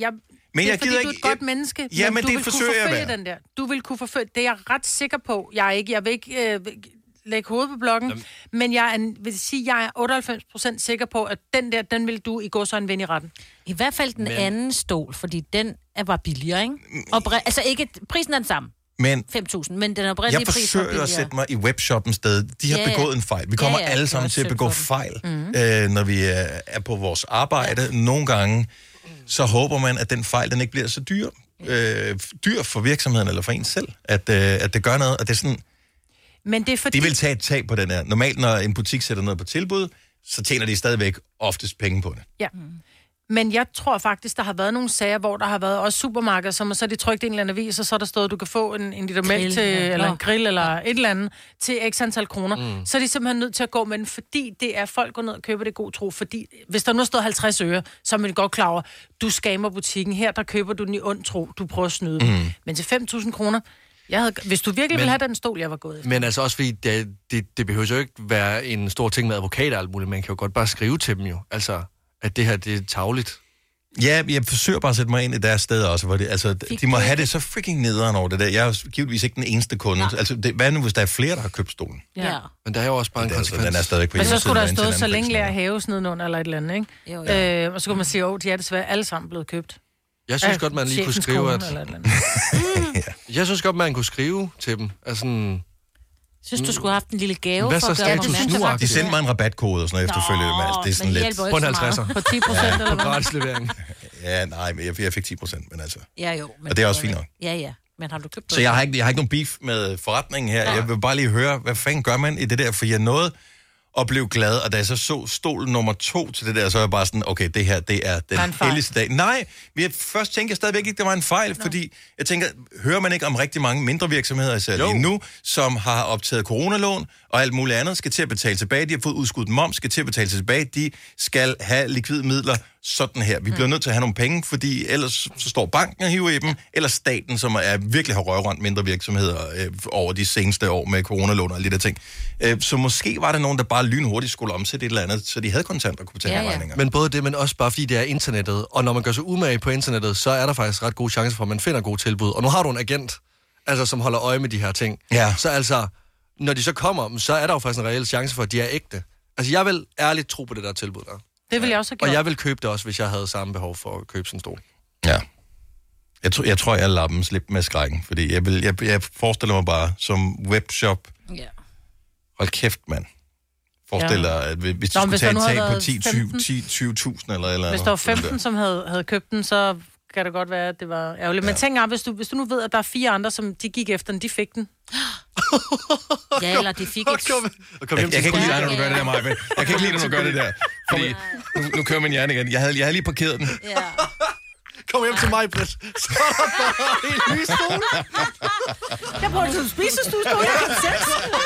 A: Men
B: det er
A: jeg
B: fordi,
A: gider
B: du er
A: ikke...
B: et godt menneske,
A: Ja, men
B: du
A: det
B: vil
A: forsøger
B: kunne
A: jeg at
B: forfølge
A: være.
B: den der. Du vil kunne forfølge... Det er jeg ret sikker på. Jeg vil ikke lægge hovedet på blokken, men jeg vil sige, jeg er 98% sikker på, at den vil du i går så en ven i retten.
D: I hvert fald den anden stol, fordi den var billigere, ikke? Altså ikke... Prisen er den samme.
A: Men
D: 5.000, men den oprindelige pris var
A: forsøger
D: billigere.
A: at sætte mig i webshoppen sted. De har begået en fejl. Vi kommer alle sammen til at begå fejl, når vi er på vores arbejde. Ja. Nogle gange, så håber man, at den fejl, den ikke bliver så dyr. Dyr for virksomheden eller for en selv, at det gør noget. Og det er sådan...
B: Men det er fordi...
A: De vil tage et tag på den her. Normalt, når en butik sætter noget på tilbud, så tjener de stadigvæk oftest penge på det.
B: Ja. Men jeg tror faktisk, der har været nogle sager, hvor der har været også supermarkeder, som så har de trykt en eller anden avis, og så er der stået, at du kan få en liter mælk til, eller en grill, eller et eller andet, til x antal kroner. Så er de simpelthen nødt til at gå med den, fordi det er, folk går ned og køber det i god tro. Fordi hvis der nu står 50 øre, så er man godt klar over, du scammer butikken. Her, der køber du den i ond tro. Du prøver at snyde dem. Men til 5.000 kroner, hvis du virkelig vil have den stol, jeg var gået efter.
C: Men altså også fordi, det behøver jo ikke være en stor ting med advokater og alt muligt. Man kan jo godt bare skrive til dem jo. Altså, at det her, det er tarveligt.
A: Ja, jeg forsøger bare at sætte mig ind i deres sted også, hvor det, altså, de må have det så freaking nederen over det der. Jeg er jo givetvis ikke den eneste kunde. Ja. Altså, hvad nu, hvis der er flere, der har købt stolen?
D: Ja.
C: Men der er jo også bare en konsekvens.
A: Den er stadig på
B: men så skulle der stå så længe lærer haves nedenunder eller et eller andet, ikke?
D: Jo.
B: Og så kunne man sige, de er desværre alle sammen blevet købt.
C: Jeg synes godt, man lige kunne skrive, at... Jeg synes godt, man kunne skrive til dem. Altså...
D: Synes du skulle have haft en lille gave?
C: Hvad så status nu?
A: De sendte mig en rabatkode og sådan noget efterfølgende. Det er sådan lidt...
D: På en
C: 50'er.
B: På 10% eller hvad?
C: På gratis levering.
A: Ja, nej, men jeg fik 10%, men altså...
D: Ja, jo. Men
A: og det er også fint nok.
D: Ja. Men har du købt
A: så jeg har ikke nogen beef med forretningen her. Ja. Jeg vil bare lige høre, hvad fanden gør man i det der? For jeg nåede at blive glad, og da jeg så stol nummer 2 til det der, så er jeg bare sådan, okay, det her, det er den helligste dag. Nej, først tænkte jeg stadigvæk ikke, det var en fejl, fordi jeg tænker, hører man ikke om rigtig mange mindre virksomheder, især lige nu, som har optaget coronalån og alt muligt andet, skal til at betale tilbage, de har fået udskudt moms, skal til at betale tilbage, de skal have likvide midler sådan her. Vi bliver nødt til at have nogle penge, fordi ellers så står banken og hiver i dem, eller staten, som virkelig har røvrent mindre virksomheder over de seneste år med coronalån og alle de der ting. Så måske var der nogen, der bare lynhurtigt skulle omsætte et eller andet, så de havde kontanter og kunne betale regninger.
C: Men både det, men også bare fordi det er internettet, og når man gør sig umage på internettet, så er der faktisk ret gode chancer for, at man finder gode tilbud. Og nu har du en agent, altså, som holder øje med de her ting.
A: Ja.
C: Så altså, når de så kommer, så er der jo faktisk en reel chance for, at de er ægte. Altså, jeg vil ærligt tro på det der tilbud der.
B: Det vil jeg også have gjort.
C: Og jeg vil købe det også, hvis jeg havde samme behov for at købe sådan en stol.
A: Ja. Jeg tror, jeg lader dem slippe med skrækken, fordi jeg forestiller mig bare, som webshop, hold kæft, mand. Forestil dig, at hvis du skulle tage et tag på 10-20.000 eller
B: hvis der var 15, som havde købt den, så kan det godt være, at det var ærgerligt. Men tænk hvis du nu ved, at der er 4 andre, som de gik efter den, de fik den.
D: Ja, eller de fik et...
A: Jeg kan ikke lide dig, når du gør det der, Maja. Jeg kan ikke lide, når du gør det der. Fordi nu kører min hjerne igen. Jeg havde lige parkeret den.
D: Ja.
C: Kom hjem til mig, Britt. Så er der bare en ny stol.
B: Jeg bruger det som spisestue, jeg har sex.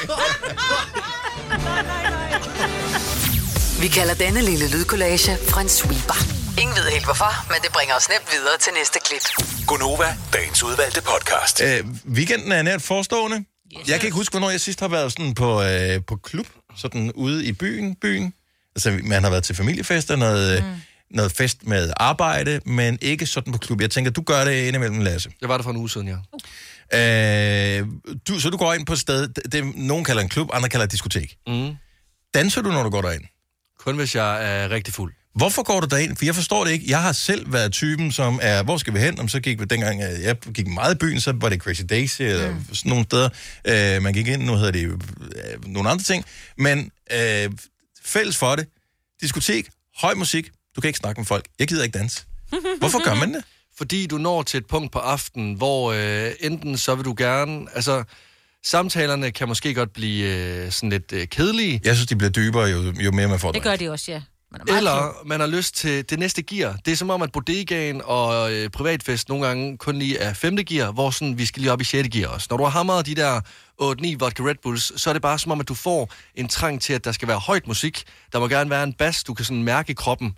E: Vi kalder denne lille lydkollage en sweeper. Ingen ved helt hvorfor, men det bringer os nemt videre til næste klip.
F: Gonova, dagens udvalgte podcast.
A: Weekenden er nært forestående. Yes. Jeg kan ikke huske, hvornår jeg sidst har været sådan på klub, sådan ude i byen. Altså, man har været til familiefester, noget fest med arbejde, men ikke sådan på klub. Jeg tænker, du gør det indimellem, Lasse.
C: Jeg var der for en uge siden, ja.
A: Så du går ind på et sted, nogen kalder en klub, andre kalder et diskotek. Danser du, når du går derind?
C: Kun hvis jeg er rigtig fuld.
A: Hvorfor går du derind? For jeg forstår det ikke. Jeg har selv været typen, som er, hvor skal vi hen? Så gik vi dengang, jeg gik meget i byen, så var det Crazy Daisy, eller sådan nogle steder. Man gik ind, nu hedder det nogle andre ting. Men fælles for det, diskotek, høj musik, du kan ikke snakke med folk. Jeg gider ikke danse. Hvorfor gør man det?
C: Fordi du når til et punkt på aftenen, hvor enten så vil du gerne... Altså, samtalerne kan måske godt blive sådan lidt kedelige.
A: Jeg synes, de bliver dybere, jo mere man får
D: det. Det gør de også, ja.
C: Eller man har lyst til det næste gear. Det er som om, at bodegaen og privatfest nogle gange kun lige er 5. gear, hvor sådan, vi skal lige op i 6. gear også. Når du har hamret de der 8-9 vodka Red Bulls, så er det bare som om, at du får en trang til, at der skal være højt musik. Der må gerne være en bas, du kan sådan mærke i kroppen.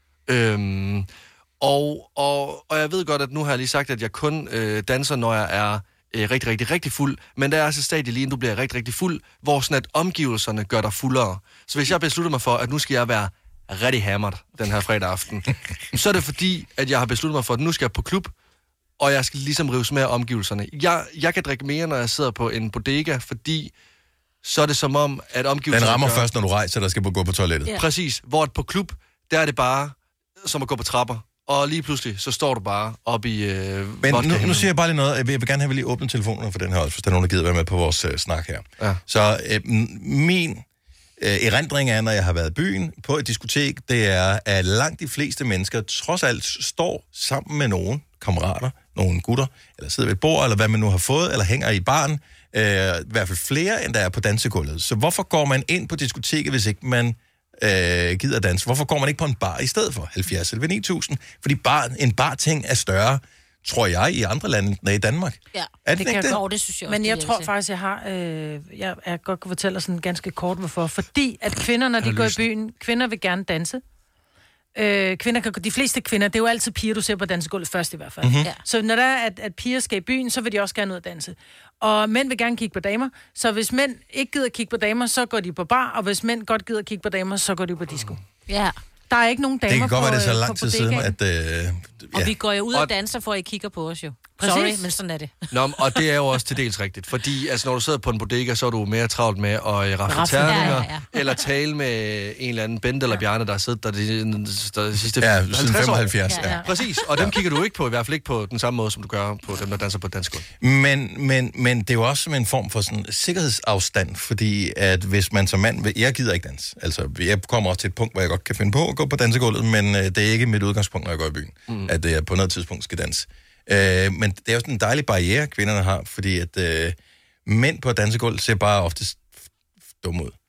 C: Og jeg ved godt, at nu har jeg lige sagt, at jeg kun danser, når jeg er rigtig, rigtig, rigtig fuld. Men der er altså et stadie lige, du bliver rigtig, rigtig fuld, hvor sådan at omgivelserne gør dig fuldere. Så hvis jeg beslutter mig for, at nu skal jeg være rigtig hammered den her fredag aften, så er det fordi, at jeg har besluttet mig for, at nu skal jeg på klub, og jeg skal ligesom rives med af omgivelserne. Jeg kan drikke mere, når jeg sidder på en bodega, fordi så er det som om, at omgivelserne...
A: Den rammer først, når du rejser, der skal gå på toilettet.
C: Ja. Præcis. Hvor på klub, der er det bare som at gå på trapper. Og lige pludselig, så står du bare oppe i...
A: Men nu siger jeg bare lige noget. Jeg vil gerne have, at vi lige åbner telefonerne for den her også, hvis der er nogen, der gider være med på vores snak her. Ja. Så min erindring er, når jeg har været i byen på et diskotek, det er, at langt de fleste mennesker trods alt står sammen med nogen kammerater, nogle gutter, eller sidder ved et bord, eller hvad man nu har fået, eller hænger i baren. I hvert fald flere, end der er på dansegulvet. Så hvorfor går man ind på diskoteket, hvis ikke man gider danse? Hvorfor går man ikke på en bar i stedet for 70 eller 9000? Fordi en barting er større, tror jeg, i andre lande end i Danmark.
D: Ja,
A: er det ikke det?
D: Det synes jeg
B: Men jeg tror faktisk, jeg har... jeg godt kan fortælle sådan ganske kort, hvorfor. Fordi at kvinder, når de går i byen, kvinder vil gerne danse. De fleste kvinder, det er jo altid piger, du ser på dansegulvet først i hvert fald. Mm-hmm. Ja. Så når der er, at piger skal i byen, så vil de også gerne ud og danse. Og mænd vil gerne kigge på damer. Så hvis mænd ikke gider kigge på damer, så går de på bar. Og hvis mænd godt gider kigge på damer, så går de på disco.
D: Ja.
B: Der er ikke nogen damer på.
A: Det kan godt være, det er så lang tid siden, at...
D: Og vi går jo ud og danser, for at I kigger på os jo.
B: Præcis.
D: Sorry, men sådan er det.
C: Nå, og det er jo også til dels rigtigt. Fordi når du sidder på en bodega, så er du mere travlt med at rafle terninger, eller tale med en eller anden Bente eller Bjarne, der har siddet der de sidste
A: 75 år.
C: Ja. Præcis, og dem kigger du ikke på, i hvert fald ikke på den samme måde, som du gør på dem, der danser på dansegulv.
A: Men det er jo også som en form for sådan sikkerhedsafstand, fordi at hvis man som mand... Jeg gider ikke dans. Altså, jeg kommer også til et punkt, hvor jeg godt kan finde på at gå på dansegulvet, men det er ikke mit udgangspunkt, når jeg går i byen, at jeg på noget tidspunkt skal danse. Men det er jo sådan en dejlig barriere, kvinderne har, fordi at mænd på dansegulvet ser bare ofte dumme ud.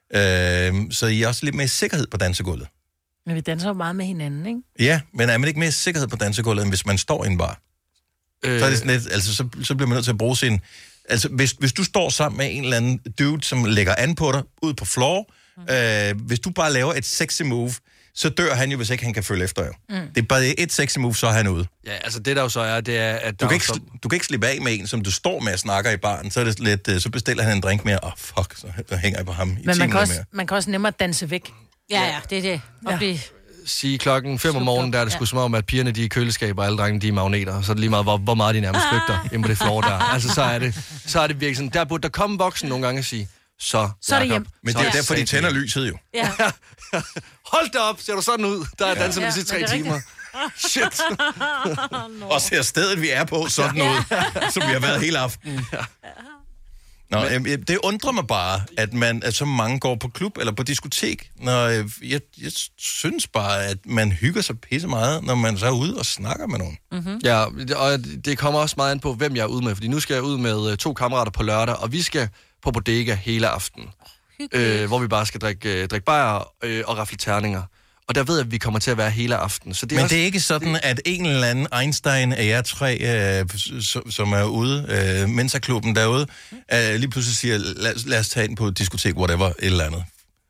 A: Så I er også lidt mere sikkerhed på dansegulvet.
B: Men vi danser jo meget med hinanden, ikke?
A: Ja, men er man ikke mere sikkerhed på dansegulvet, end hvis man står i en bar? Så er det sådan lidt, altså så bliver man nødt til at bruge sin... Altså, hvis du står sammen med en eller anden dude, som lægger an på dig, ud på floor, hvis du bare laver et sexy move, så dør han jo, hvis ikke han kan følge efter jo. Det er bare et sexy move, så er han ude.
C: Ja, altså det der jo så er, det er, at...
A: Du kan ikke slippe af med en, som du står med og snakker i baren, så er det lidt, så bestiller han en drink mere, fuck, så hænger jeg på ham i
B: men man kan også nemmere danse væk.
D: Ja, det er det. Ja.
C: Sige 5:00 om morgenen, der er det sgu som om, at pigerne de er køleskaber, og alle drengene de er magneter, så er det lige meget, hvor meget de nærmest flygter ind på det floor der. Altså så er det virkelig sådan, der burde der komme voksen nogle gange og sige, så er det hjem.
A: Men det er jo derfor, de tænder lyset jo.
D: Ja.
C: Hold da op, ser du sådan ud? Der er danset de sidste 3 timer. Shit.
A: Og ser stedet, vi er på, sådan ud, som vi har været hele aftenen. Nå, det undrer mig bare, at så mange går på klub eller på diskotek. Når jeg synes bare, at man hygger sig pisse meget, når man så er ude og snakker med nogen.
C: Mm-hmm. Ja, og det kommer også meget an på, hvem jeg er ude med. Fordi nu skal jeg ud med 2 kammerater på lørdag, og vi skal på bodega hele aftenen. Hvor vi bare skal drikke bajer og rafle terninger. Og der ved jeg, at vi kommer til at være hele aften. Så det
A: men det er ikke sådan, at en eller anden Einstein af jer 3, som er ude, Mensa-klubben derude, lige pludselig siger, lad os tage ind på et diskotek, whatever, et eller andet.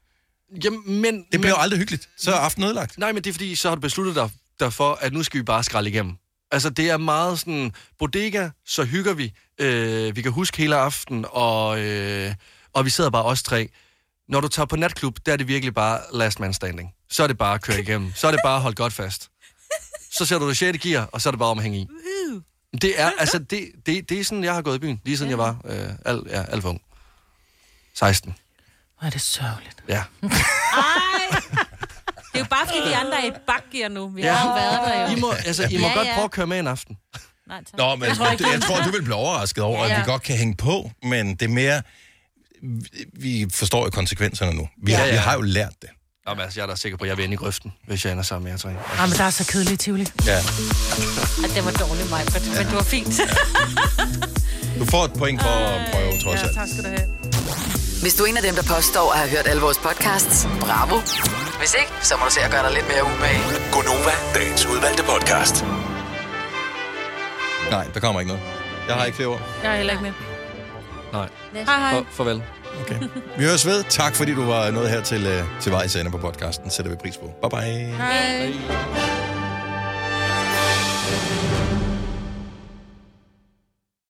C: Jamen,
A: det bliver jo aldrig hyggeligt. Så er aftenen ødelagt.
C: Nej, men det er fordi, så har du besluttet dig derfor, at nu skal vi bare skralde igennem. Altså, det er meget sådan, bodega, så hygger vi. Vi kan huske hele aften, og vi sidder bare os 3. Når du tager på natklub, der er det virkelig bare last man standing. Så er det bare at køre igennem. Så er det bare at holde godt fast. Så ser du det 6. gear, og så er det bare om at hænge i. Det er, altså, det er sådan, jeg har gået i byen, lige siden jeg var alt for ung. 16.
B: Hvor er det sørgeligt.
C: Ja.
D: Ej! Det er jo bare, fordi vi andre er i bakgear nu. Vi har jo været der jo.
C: I må godt prøve at køre med en aften.
D: Nej, tak.
A: Nå, men jeg tror, du vil blive overrasket over, at vi godt kan hænge på, men det er mere... Vi forstår jo konsekvenserne nu. Vi har jo lært det.
C: Jamen, altså, jeg er da sikker på, at jeg vil ind i grøften, hvis jeg ender sammen med jer 3.
B: Ja, men der er så kedeligt, Tivoli.
A: Ja.
D: Det var dårligt, mig, men det var fint.
A: Ja. Du får et point for at prøve, trods alt.
B: Tak skal du have.
E: Hvis du er en af dem, der påstår at have hørt alle vores podcasts, bravo. Hvis ikke, så må du se at gøre dig lidt mere umage.
F: Gonova, dagens udvalgte podcast.
A: Nej, der kommer ikke noget. Jeg har ikke flere ord.
B: Jeg er heller ikke med.
C: Nej.
B: Hej.
C: Farvel.
A: Okay. Vi høres ved. Tak fordi du var nået her til vejs ende på podcasten. Sætter vi pris på. Bye bye.
B: Hej.